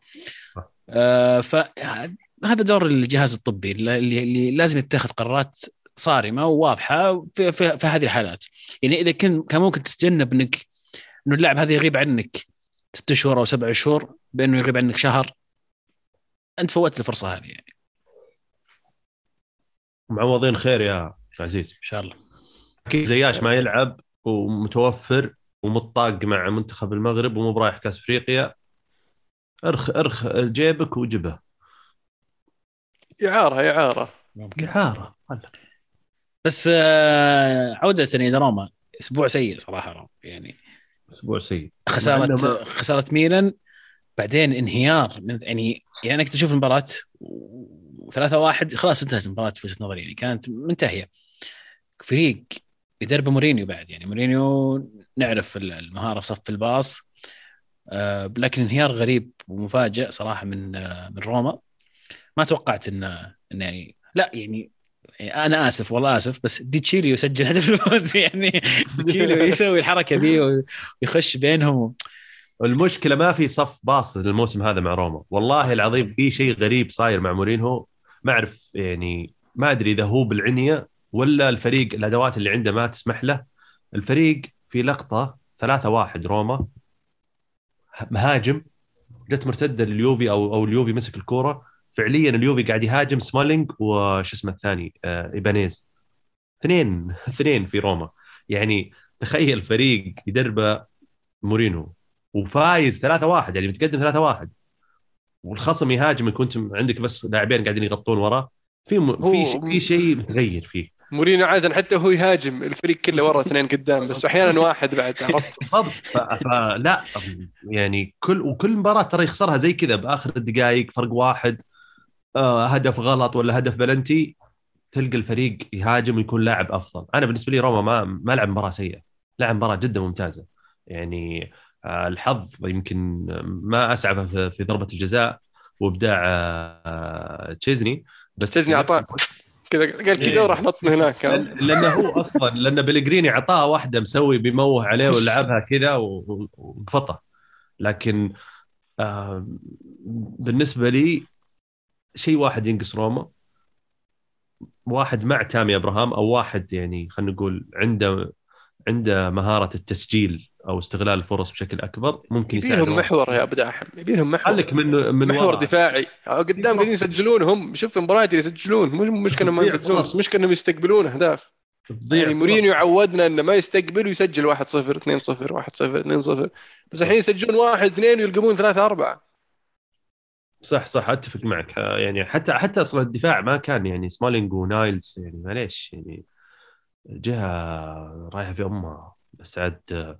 فهذا دور الجهاز الطبي اللي لازم يتخذ قرارات صارمه وواضحه في هذه الحالات. يعني اذا كان ممكن تتجنب انه اللاعب هذا يغيب عنك 6 شهور او 7 شهور بانه يغيب عنك شهر، انت فوتت الفرصه هذه يعني. معوضين خير يا عزيز ان شاء الله. اكيد زياش ما يلعب ومتوفر ومطاق مع منتخب المغرب ومو برايح كاس افريقيا، ارخ جيبك وجبه. إعارة بس عودة إلى روما، أسبوع سيء صراحة يعني. اسبوع سيء، خسارة ميلان، بعدين انهيار يعني أنا كنت أشوف المباراة 3-1 خلاص انتهت المباراة في وجهة نظري، يعني كانت منتهية. فريق يدرب مورينيو بعد، يعني مورينيو نعرف المهارة في صف الباص، لكن انهيار غريب ومفاجئ صراحة من روما. ما توقعت إن يعني لا يعني انا اسف والله اسف، بس ديتشيليو سجل هدف الفوز يعني ديتشيليو يسوي الحركه دي ويخش بينهم. المشكله ما في صف باص الموسم هذا مع روما، والله العظيم في شيء غريب صاير مع مورينهو، ما اعرف يعني، ما ادري اذا هو بالعنيه ولا الفريق الادوات اللي عنده ما تسمح له. الفريق في لقطه 3-1 روما مهاجم، جت مرتده لليوفي او اليوفي مسك الكوره، فعليا اليوفي قاعد يهاجم سمالينج وش اسمه الثاني ايبانيز، اثنين في روما. يعني تخيل فريق يدربه مورينو وفايز 3-1، يعني متقدم 3-1، والخصم يهاجمك وانت عندك بس لاعبين قاعدين يغطون وراه. في شيء متغير فيه. مورينو عادة حتى هو يهاجم الفريق كله ورا 2 قدام بس، واحيانا واحد بعد، عرفت؟ بالضبط. فلا يعني كل مباراه ترى يخسرها زي كذا باخر الدقائق، فرق واحد، هدف غلط ولا هدف بلنتي، تلقى الفريق يهاجم ويكون لاعب افضل. انا بالنسبه لي روما ما لعب مباراه سيئه، لعب مباراه جدا ممتازه. يعني الحظ يمكن ما اسعفه في ضربه الجزاء وابداع تشيزني، بس تشيزني اعطاه كذا، قال كذا وراح نط هناك. لانه هو اصلا لان بلغريني اعطاه واحده مسوي بيموه عليه ولعبها كذا وقفطه. لكن بالنسبه لي شيء واحد ينقص روما، واحد مع تامي ابراهام، او واحد يعني خلينا نقول عنده مهاره التسجيل او استغلال الفرص بشكل اكبر، ممكن يساعد. يبيلهم محور يا ابو داحم، يبيلهم محور. خليك من محور دفاعي قدام قاعدين يسجلون، هم شوف المباريات يسجلون، مش كانوا ما يسجلون، بس مش كانوا يستقبلون اهداف. يعني مورينيو عودنا انه ما يستقبل ويسجل 1-0 2-0 1-0 2-0، بس الحين يسجلون 1-2 ويلقمون 3-4. صح اتفق معك. يعني حتى اصلا الدفاع ما كان يعني سمالينج ونايلز، يعني معليش يعني جهه رايحه في امها، بس عاد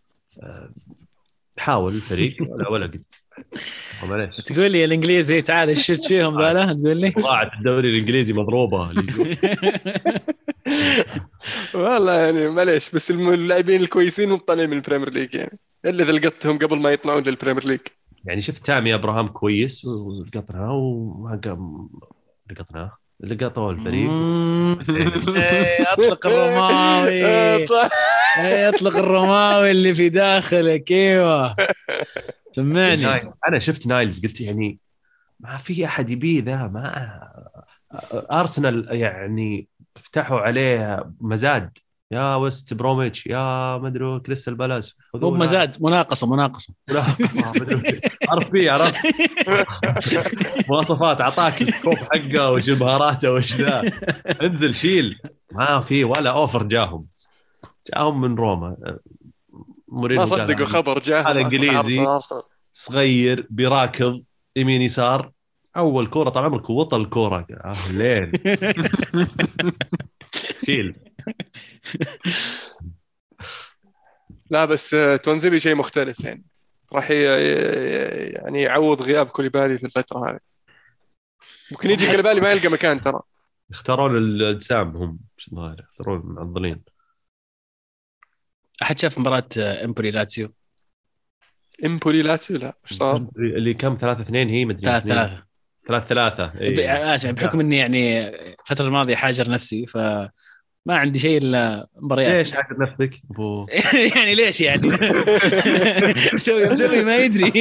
حاول الفريق ولا قد معليش. تقول لي الانجليزي تعال الشت فيهم ذولا، تقول لي ضاعت الدوري الانجليزي مضروبه والله يعني معليش، بس اللاعبين الكويسين مو طالعين من البريمير ليج يعني، الا اذا لقطتهم قبل ما يطلعون للبريمير ليج. يعني شفت تامي ابراهام كويس ولقطناه وما لقطناه لقطوا الفريق. إيه، اطلق الرماوي. إيه، اطلق الرماوي اللي في داخلك. ايوه سمعني. انا شفت نايلز قلت يعني ما في احد يبيه ذا، ما ارسنال يعني فتحوا عليه مزاد، يا وست بروميتش يا مدري كريستال بالاس مو خذونا. بمزاد، مناقصه. عرف فيه عرفت مواصفات، اعطاك السكوب حقه وش بهاراته وش ذا، انزل شيل. ما في ولا اوفر جاهم من روما. ما مورينو صدقوا قال خبر جاهم هذا اصلا عرض من انجليزي ارسنال. صغير بيراكض يمين يسار، اول كوره طال عمرك وطل الكوره الليل شيل. لا بس تونزيبي شيء مختلف يعني، راح يعني يعوض غياب كوليبالي في الفتره هذه. ممكن يجي كوليبالي ما يلقى مكان ترى. اختارون الاجسام هم الظاهر، يختارون المعضلين. احد شاف مباراه امبولي لاتسيو؟ امبولي لاتسيو لا ايش صار؟ اللي كم 3-2 هي مدري 3-3. 3-3 اي. اسف، بحكم اني يعني الفتره الماضيه حاجر نفسي، فما عندي شيء الا مباريات. ليش حاجر نفسك ابو يعني ليش يعني مسوي ما يدري.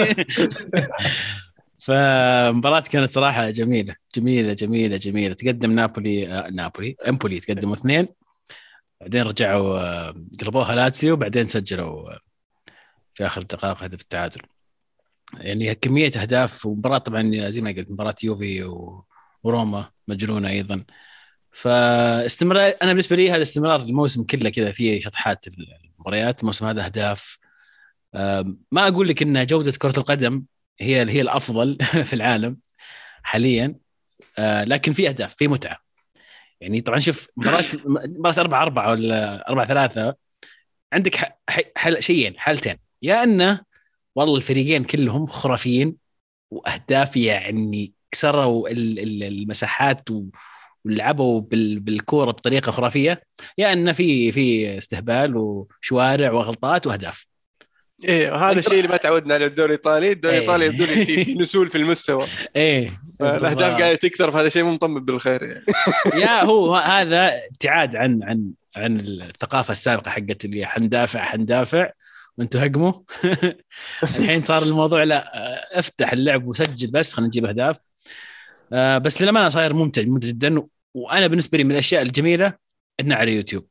فمباراة كانت صراحة جميلة جميلة جميلة جميلة. تقدم نابولي امبولي تقدموا 2، بعدين رجعوا قلبوها لاتسيو، بعدين سجلوا في آخر دقائق هدف التعادل. يعني كمية أهداف، ومباراة طبعا زي ما قلت مباراة يوفي وروما مجنونة أيضا. فاستمرار، أنا بالنسبة لي هذا استمرار الموسم كله كذا، فيه شطحات المباريات الموسم هذا أهداف. ما أقول لك إن جودة كرة القدم هي الأفضل في العالم حاليا، لكن في أهداف، في متعة. يعني طبعا شوف مباراة 4-4 ولا 4-3، عندك شيئين، حالتين، يا أنه والله الفريقين كلهم خرافيين واهداف يعني كسروا المساحات ولعبوا بالكوره بطريقه خرافيه، يا ان في استهبال وشوارع وغلطات واهداف. ايه هذا الشيء اللي ما تعودنا على الدوري الايطالي. الدوري الايطالي يبدو لي في نزول في المستوى. ايه الاهداف قاعده تكثر، فهذا شيء مو مطمن بالخير يعني. يا هو هذا ابتعاد عن الثقافه السابقه حقت اللي حندافع وانتم هجموا. الحين صار الموضوع لا، افتح اللعب وسجل بس خلينا نجيب اهداف. بس للأمانة صاير ممتع جدا. وانا بالنسبه لي من الاشياء الجميله انه على يوتيوب،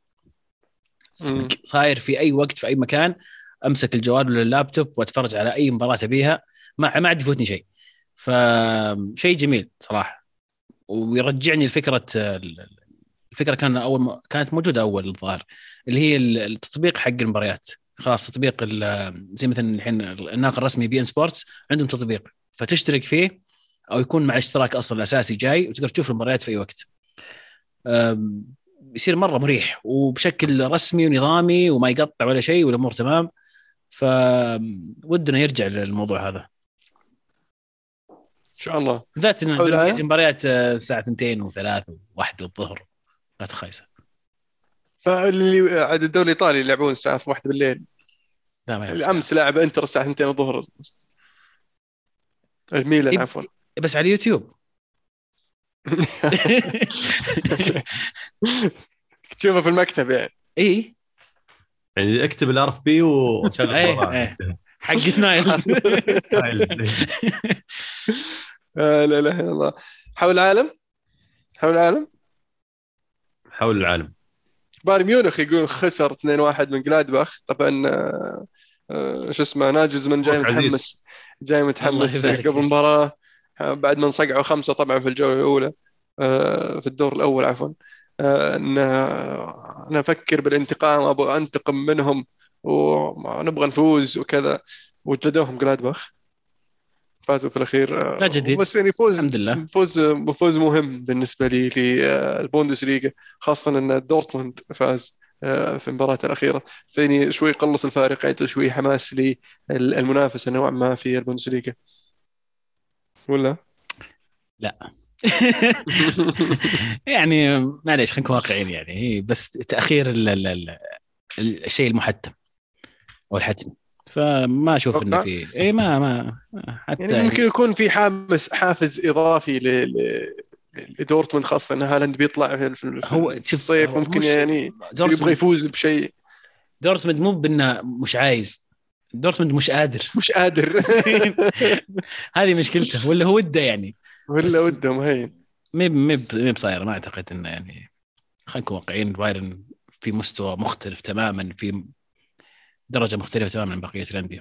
صاير في اي وقت في اي مكان امسك الجوال ولا اللابتوب واتفرج على اي مباراه ابيها، ما عاد يفوتني شيء. فشيء جميل صراحه، ويرجعني الفكره كانت موجوده اول الظاهر، اللي هي التطبيق حق المباريات. خلاص تطبيق زي مثلا الحين الناقل الرسمي بي ان سبورتس عندهم تطبيق، فتشترك فيه او يكون مع اشتراك اصلا الاساسي جاي، وتقدر تشوف المباريات في اي وقت. يصير مره مريح وبشكل رسمي ونظامي وما يقطع ولا شيء والامور تمام. فودنا يرجع للموضوع هذا ان شاء الله، بالذات ان الانجليزي مباريات الساعه 2 و3 و1 الظهر، لا تخيسه. فاللي عاد الدوري الايطالي يلعبون الساعه 1 بالليل. لا ما امس لعب انتر الساعه 2 الظهر، الميلان عفوا، بس على اليوتيوب. تشوفه في المكتب يعني. اي يعني اكتب الار اف بي وشغل ايه حق نايلز. لا لا لا الله. حول العالم حول العالم. بايرن ميونخ يقول خسر 2-1 من جلادباخ. طبعا شو اسمه ناجزمان جاي متحمس قبل المباراة، بعد ما انصقعوا 5 طبعا في الجولة الأولى، في الدور الأول عفوا. أنا أفكر بالانتقام، أبغى أنتقم منهم ونبغى نفوز وكذا. وجلدوهم جلادباخ، فازوا في الأخير. لا جديد، بس يعني الحمد لله. فوز مهم بالنسبة لي للبوندسليغا، خاصة أن دورتموند فاز في المباراة الأخيرة، فيني شوي قلص الفارق، عيد شوي حماس للمنافسة نوعا ما في البوندسليغا. ولا لا يعني معليش خلينا نكون واقعيين، يعني هي بس تاخير الشيء المحتم او الحتمي. فما اشوف انه اتوقع في اي ما يعني حتى ممكن يعني. يكون في حافز اضافي لدورتموند، خاصه ان هالاند بيطلع هو في شوف، الصيف، هو ممكن مش يعني يصير يبغى دورتموند يفوز بشيء. دورتموند مو بانه مش عايز، دورتموند مش قادر. مش قادر. هذه مشكلته، ولا هو وده يعني. ولا بس ودهم هين. مي بصاير، ما اعتقد انه يعني. خلينا نكون واقعيين، بايرن في مستوى مختلف تماما، في درجه مختلفه تماما عن بقيه الانديه.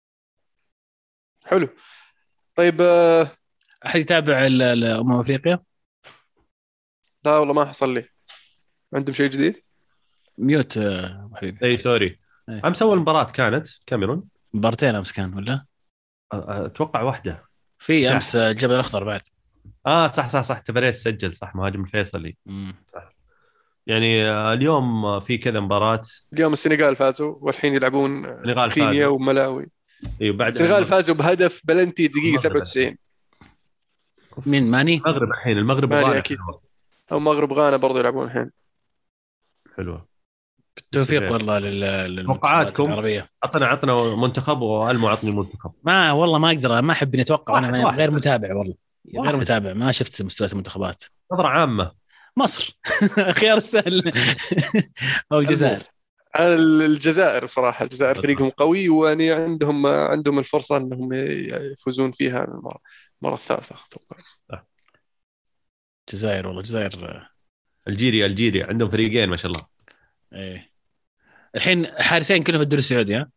حلو. طيب احد يتابع افريقيا؟ لا والله ما حصل لي. عندهم شيء جديد؟ ميوت حبيبي. اي سوري. إيه. امس اول مباراه كانت كاميرون. مبارتين امس كان ولا؟ اتوقع واحده. في افتتاح. امس الجبل الاخضر بعد. صح تفريس سجل، صح، مهاجم الفيصلي. مم. صح. يعني اليوم في كذا مباراه. اليوم السنغال فازوا، والحين يلعبون السنغال كينيا فازوا. وملاوي. ايوه بعدها السنغال فازوا بهدف بلنتي دقيقة المغرب الحين. 97. مين ماني؟ المغرب الحين، المغرب ماني وغانا اكيد. حلوه. او المغرب غانا برضو يلعبون الحين. حلوه. بالتوفيق والله للمنتخبات توقعاتكم. العربيه. عطنا منتخب، والمو عطني منتخب. ما والله ما اقدر، ما احب اني اتوقع، انا واحد غير بس. متابع والله. غير واحد. متابع، ما شفت مستويات المنتخبات. نظره عامه. مصر. خيار سهل. او الجزائر. أنا الجزائر بصراحة، الجزائر فريقهم قوي، ويعني عندهم الفرصة انهم يفوزون فيها المرة الثالثة اتوقع. الجزائر والله الجزائر. الجيري عندهم فريقين ما شاء الله. ايه الحين حارسين كلهم في الدوري السعودي ها.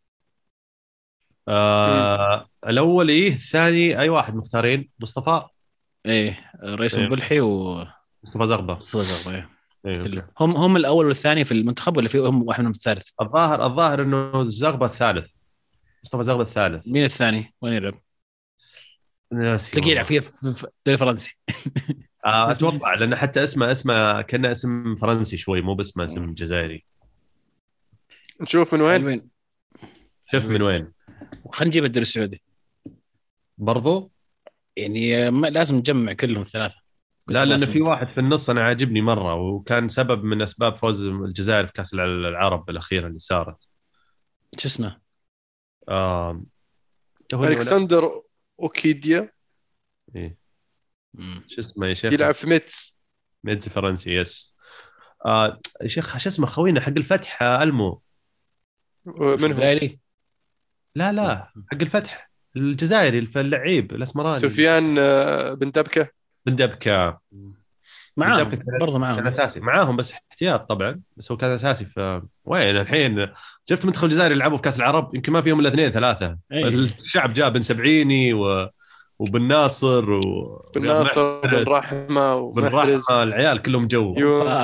الاول الثاني اي واحد مختارين؟ مصطفى. ايه رئيس إيه. مبلحي و مصطفى زغبه. صوزر. ايه إيه. كله. أوكي. هم الاول والثاني في المنتخب، ولا في هم واحد منهم الثالث؟ الظاهر انه زغبه الثالث. مصطفى زغبه الثالث. مين الثاني؟ وين يلعب؟ ناسي تلاقيه يلعب والله. في الدوري الفرنسي. اتوقع لان حتى اسمه كان اسم فرنسي شوي، مو باسمه اسم جزائري. نشوف من وين. حلوين. شوف من وين. خلينا نجيب الدوري السعودي. برضو. يعني لازم نجمع كلهم الثلاثه. لا لأن في واحد في النص أنا عاجبني مرة، وكان سبب من أسباب فوز الجزائر في كأس العرب الأخيرة اللي صارت. شو اسمه؟ الكسندر اوكيديا. إيه. شو اسمه يا شيخ؟ يلعب في ميتس. ميدز فرنسي يس. يا شيخ شو اسمه خوينا حق الفتح المو. من هو؟ بلايلي. لا حق الفتح الجزائري اللعيب الأسمراني. سفيان بن دبكة. بن دبكة. معاهم برضه كان معاهم. اساسي معاهم بس احتياط طبعا، بس هو كان اساسي في وين الحين. شفت منتخب الجزائر يلعبوا في كاس العرب يمكن ما فيهم الا اثنين ثلاثه. أي. الشعب جاب بن سبعيني وبن ناصر بن ناصر بن رحمه بن ومحرز. رحمه، العيال كلهم جو.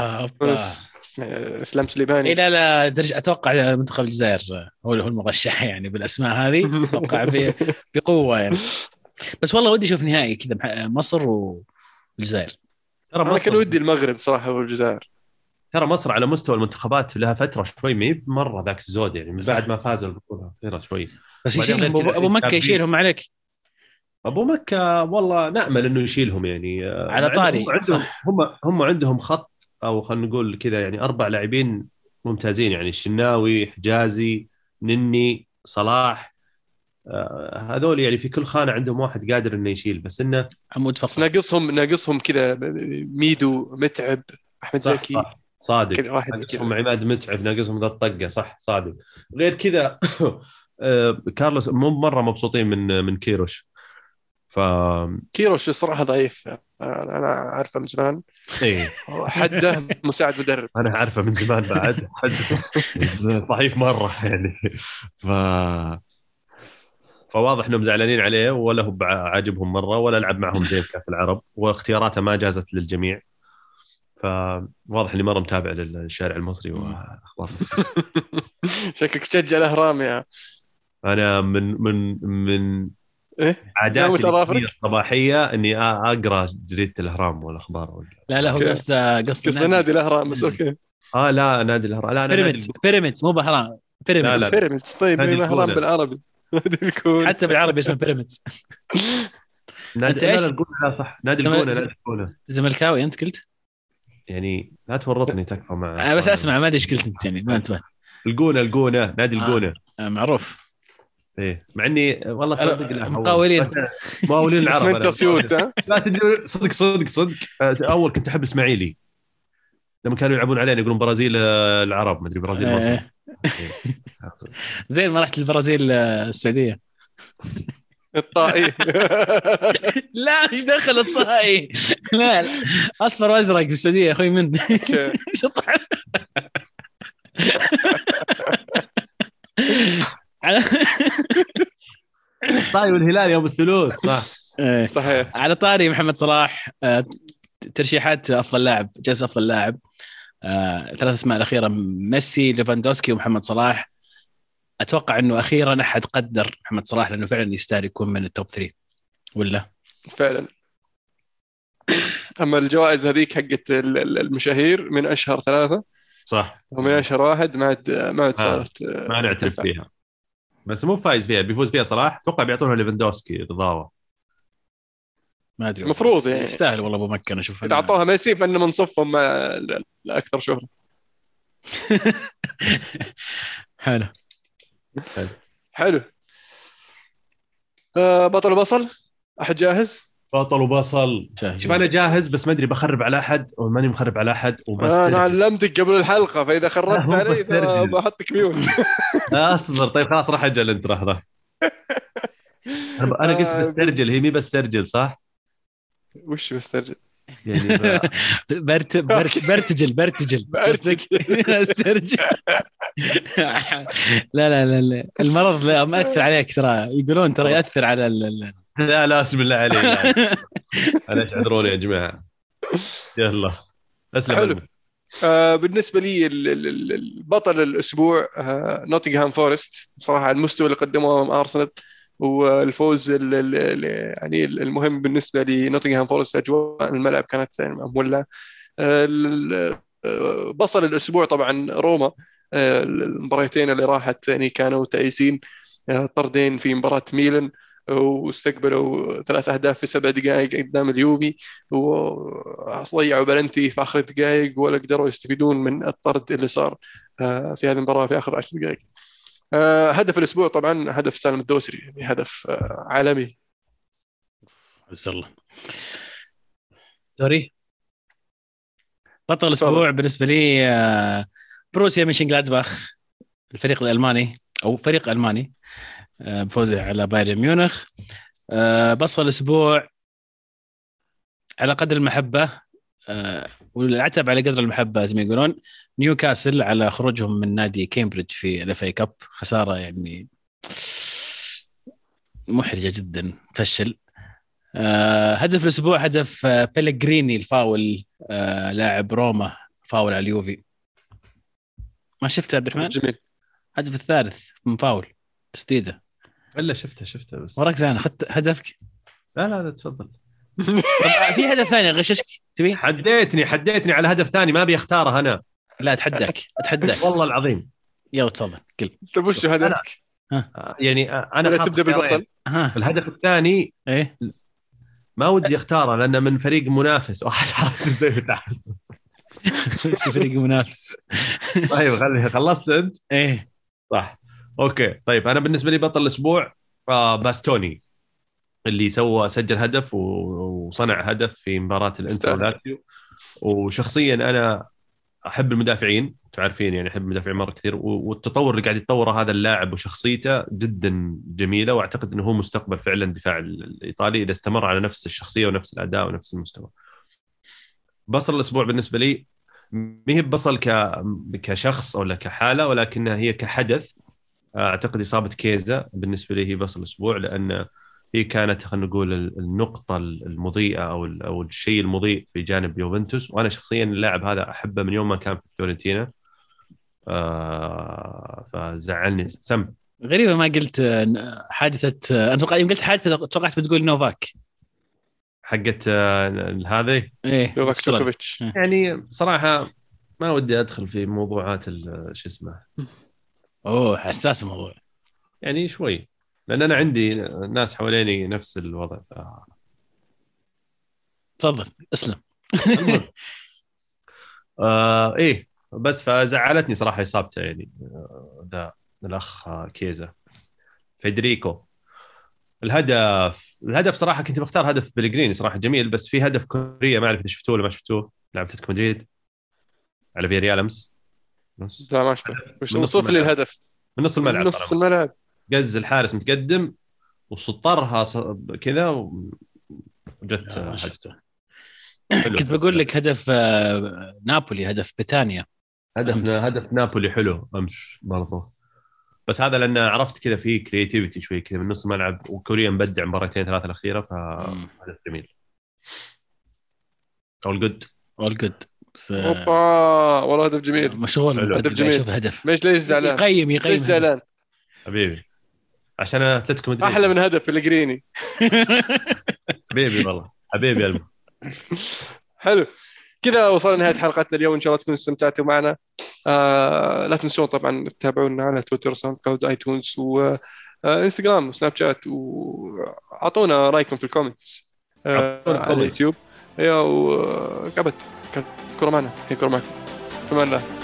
اسلام سليماني. إيه لا اتوقع منتخب الجزائر هو المرشح يعني بالاسماء هذه، اتوقع بقوه يعني. بس والله ودي اشوف نهائي كذا مصر والجزائر. انا كان ودي المغرب صراحه والجزائر. ترى مصر على مستوى المنتخبات لها فتره شوي ما هي مره ذاك الزود يعني، من بعد ما فازوا البطوله الاخيره شوي. بس يشيلهم ابو مكه، يشيلهم عليك. ابو مكه والله نامل انه يشيلهم يعني. على طاري هم عندهم خط، او خلينا نقول كذا يعني 4 لاعبين ممتازين يعني، الشناوي، حجازي، نني، صلاح. هذول يعني في كل خانه عندهم واحد قادر انه يشيل، بس انه عمود فقط. ناقصهم كذا ميدو، متعب، احمد زكي. صح صادق. كذا واحد ناقصهم عماد متعب، ناقصهم ذا الطقه. صح صادق. غير كذا كارلوس مو مره مبسوطين من كيروش. كيروش الصراحه ضعيف. انا عارفه من زمان. ايه حده مساعد مدرب. انا عارفه من زمان بعد. ضعيف مره يعني. ف فواضح انهم زعلانين عليه، ولا هو عاجبهم مره، ولا لعب معهم زين في كاس العرب، واختياراته ما جازت للجميع. فواضح اني مره متابع للشارع المصري واخبار مصر. شكلك تشجع الاهرام يا. انا من ايه عاداتي الصباحيه اني اقرا جريده الاهرام والاخبار لا هو قصد نادي الاهرام بس. اوكي. لا نادي الاهرام. لا انا بيراميدز مو بهرام. بيراميدز. طيب اهرام بالعربي. حتى بالعربي اسمه بيراميدز. نادي أنت لا إيش؟ لا الجونة، لا صح، نادي زم- الجونة، ز- نادي الجونة. زملكاوي انت قلت؟ يعني لا تورطني تكفى مع انا بس اخواننا. اسمع، ما ادري ايش قلت انت، يعني ما انتبهت. الجونة نادي الجونة. معروف. ايه مع اني والله تصدق لا حول مقاولين. مقاولين اسم العرب انت انا. سيوت ها. لا تدري، صدق اول كنت احب اسماعيلي لما كانوا يلعبون علينا يقولون برازيل العرب، ما ادري برازيل مصر. آه، إيه. زين ما رحت البرازيل السعوديه. الطائي. لا ايش دخل الطائي؟ لا لا، اصفر وازرق في السعوديه اخوي من. اوكي. شطح. على طيب والهلال يوم الثلاث صح. صحيح. على طاري محمد صلاح، ترشيحات افضل لاعب، جائزه افضل لاعب، ثلاث اسماء الاخيره ميسي، ليفاندوسكي، ومحمد صلاح. اتوقع انه اخيرا احد قدر محمد صلاح لانه فعلا يستاهل يكون من التوب 3 ولا؟ فعلا. اما الجوائز هذيك حقت المشاهير من اشهر ثلاثه صح ومن اشهر واحد ما عاد صارت ما نعترف تنفع. فيها، بس مو فايز فيها، بيفوز فيها صلاح. اتوقع بيعطونها ليفاندوسكي رضاوه. ما ادري المفروض يعني يستاهل والله ابو مكه. انا اشوف اذا اعطوها ميسي فانه من صفهم الاكثر شهره. حلو. حلو. بطل بصل، احد جاهز؟ بطل وبصل. جاهزين. شوف انا جاهز بس ما ادري بخرب على احد او ماني مخرب على احد انا علمتك قبل الحلقه، فاذا خربت هو علي بسترجل. بحطك ميوت. اصبر طيب خلاص راح اجل انت راح. انا قلت بسترجل، هي مي بسترجل صح؟ وش بسترجل؟ يعني برتجل قصدك. استرجل. لا المرض لا مأثر عليك، ترى يقولون ترى يأثر على لا بسم الله عليك. انا اعذروني يا جماعه. يلا اسلم. حلو. بالنسبه لي البطل الاسبوع نوتنغهام فورست، بصراحه على المستوى اللي قدموه امام ارسنال، والفوز يعني المهم بالنسبه لنوتنغهام فورست. اجواء الملعب كانت يعني مولعه. بصل الاسبوع طبعا روما. المباراتين اللي راحت يعني كانوا تعيسين. طردين في مباراه ميلان، واستقبلوا 3 أهداف في 7 دقائق قدام اليوفي، وضيعوا بلنتي في آخر الدقائق ولا قدروا يستفيدون من الطرد اللي صار في هذه المباراة في آخر 10 دقائق. هدف الأسبوع طبعا هدف سالم الدوسري، يعني هدف عالمي. بس الله سوري. بطل الأسبوع بالنسبة لي بروسيا مönchengladbach، الفريق الألماني أو فريق ألماني، بفوزه على بايرن ميونخ. بصل الأسبوع على قدر المحبة والعتب على قدر المحبة زي ما يقولون، نيوكاسل على خروجهم من نادي كامبريدج في الإف اي كاب. خسارة يعني محرجة جدا، فشل. هدف الأسبوع هدف بيلغريني الفاول، لاعب روما، فاول على اليوفي. ما شفته عبد الرحمن؟ جميل. هدف الثالث من فاول تسديده. الا شفته بس وراك زين اخذت هدفك. لا تفضل. طب في هدف ثاني غششك تبي؟ حديتني على هدف ثاني ما بيختاره انا. لا اتحداك والله العظيم. يلا تفضل قل. طيب وش هدفك؟ يعني انا تبدا بالبطل. الهدف الثاني ايه ما ودي اختاره لانه من فريق منافس واحد حركته زي تحت. فريق منافس. طيب خلصت انت؟ ايه صح. اوكي طيب انا بالنسبه لي بطل الاسبوع باستوني، اللي سجل هدف وصنع هدف في مباراه الانتر ولاتسيو. وشخصيا انا احب المدافعين، تعرفين يعني احب المدافعين مره كثير، والتطور اللي قاعد يتطوره هذا اللاعب وشخصيته جدا جميله، واعتقد انه هو مستقبل فعلا الدفاع الايطالي اذا استمر على نفس الشخصيه ونفس الاداء ونفس المستوى. بصل الاسبوع بالنسبه لي ما هي بصل كشخص او كحاله، ولكنها هي كحدث. اعتقد اصابه كيزا بالنسبه لي هي بصل الاسبوع، لان هي كانت خلينا نقول النقطه المضيئه او الشيء المضيء في جانب يوفنتوس. وانا شخصيا اللاعب هذا احبه من يوم ما كان في فيورنتينا. فزعلني سم. غريبه ما قلت حادثه. انا يوم قلت حادثه توقعت بتقول نوفاك حقت هذه. ايه نوفاك جوكوفيتش. يعني صراحه ما ودي ادخل في موضوعات شو اسمه. حساس الموضوع يعني شوي، لان انا عندي ناس حواليني نفس الوضع. تفضل اسلم. المهم. ايه بس فزعلتني صراحه اصابته يعني. ذا الاخ كيزا فيدريكو. الهدف صراحه كنت بختار هدف بلغريني صراحه جميل، بس في هدف كوريا ما اعرف اذا شفتوه ولا ما شفتوه، لعبة اتلتيكو مدريد على فيريال امس. لا ما شفته، وش من نص وصف لي الملعب، الهدف؟ من نص من الملعب نص طبعا. الملعب. قز الحارس متقدم وسطرها كذا وجت ما هدف. شفته. حلو. كنت بقول لك هدف نابولي، هدف بتانيا أمس. هدف نابولي حلو امس برضه، بس هذا لان عرفت كذا في كرياتيفيتي شوي كذا من نص الملعب، وكوريا مبدع مباراتين ثلاثه الاخيره، فهدف جميل. اول جود. اول جود. بس اوبا والله هدف جميل. مشغول حلو. مقدم هدف قاعد جميل. اشوف الهدف. ليش زعلان؟ يقيم ليش هدف. زعلان؟ حبيبي عشان اتلتيكو مدريد. احلى من هدف بلغريني. حبيبي والله حبيبي يا حلو. كذا وصلنا لنهاية حلقتنا اليوم، إن شاء الله تكونوا استمتعتوا معنا. لا تنسون طبعا تتابعونا على تويتر، ساوند كلاود، ايتونز، وانستغرام وسناب شات، وأعطونا رأيكم في الكومنتس على اليوتيوب. وقبت كانت كرة معنا، هي كرة معكم. في أمان الله.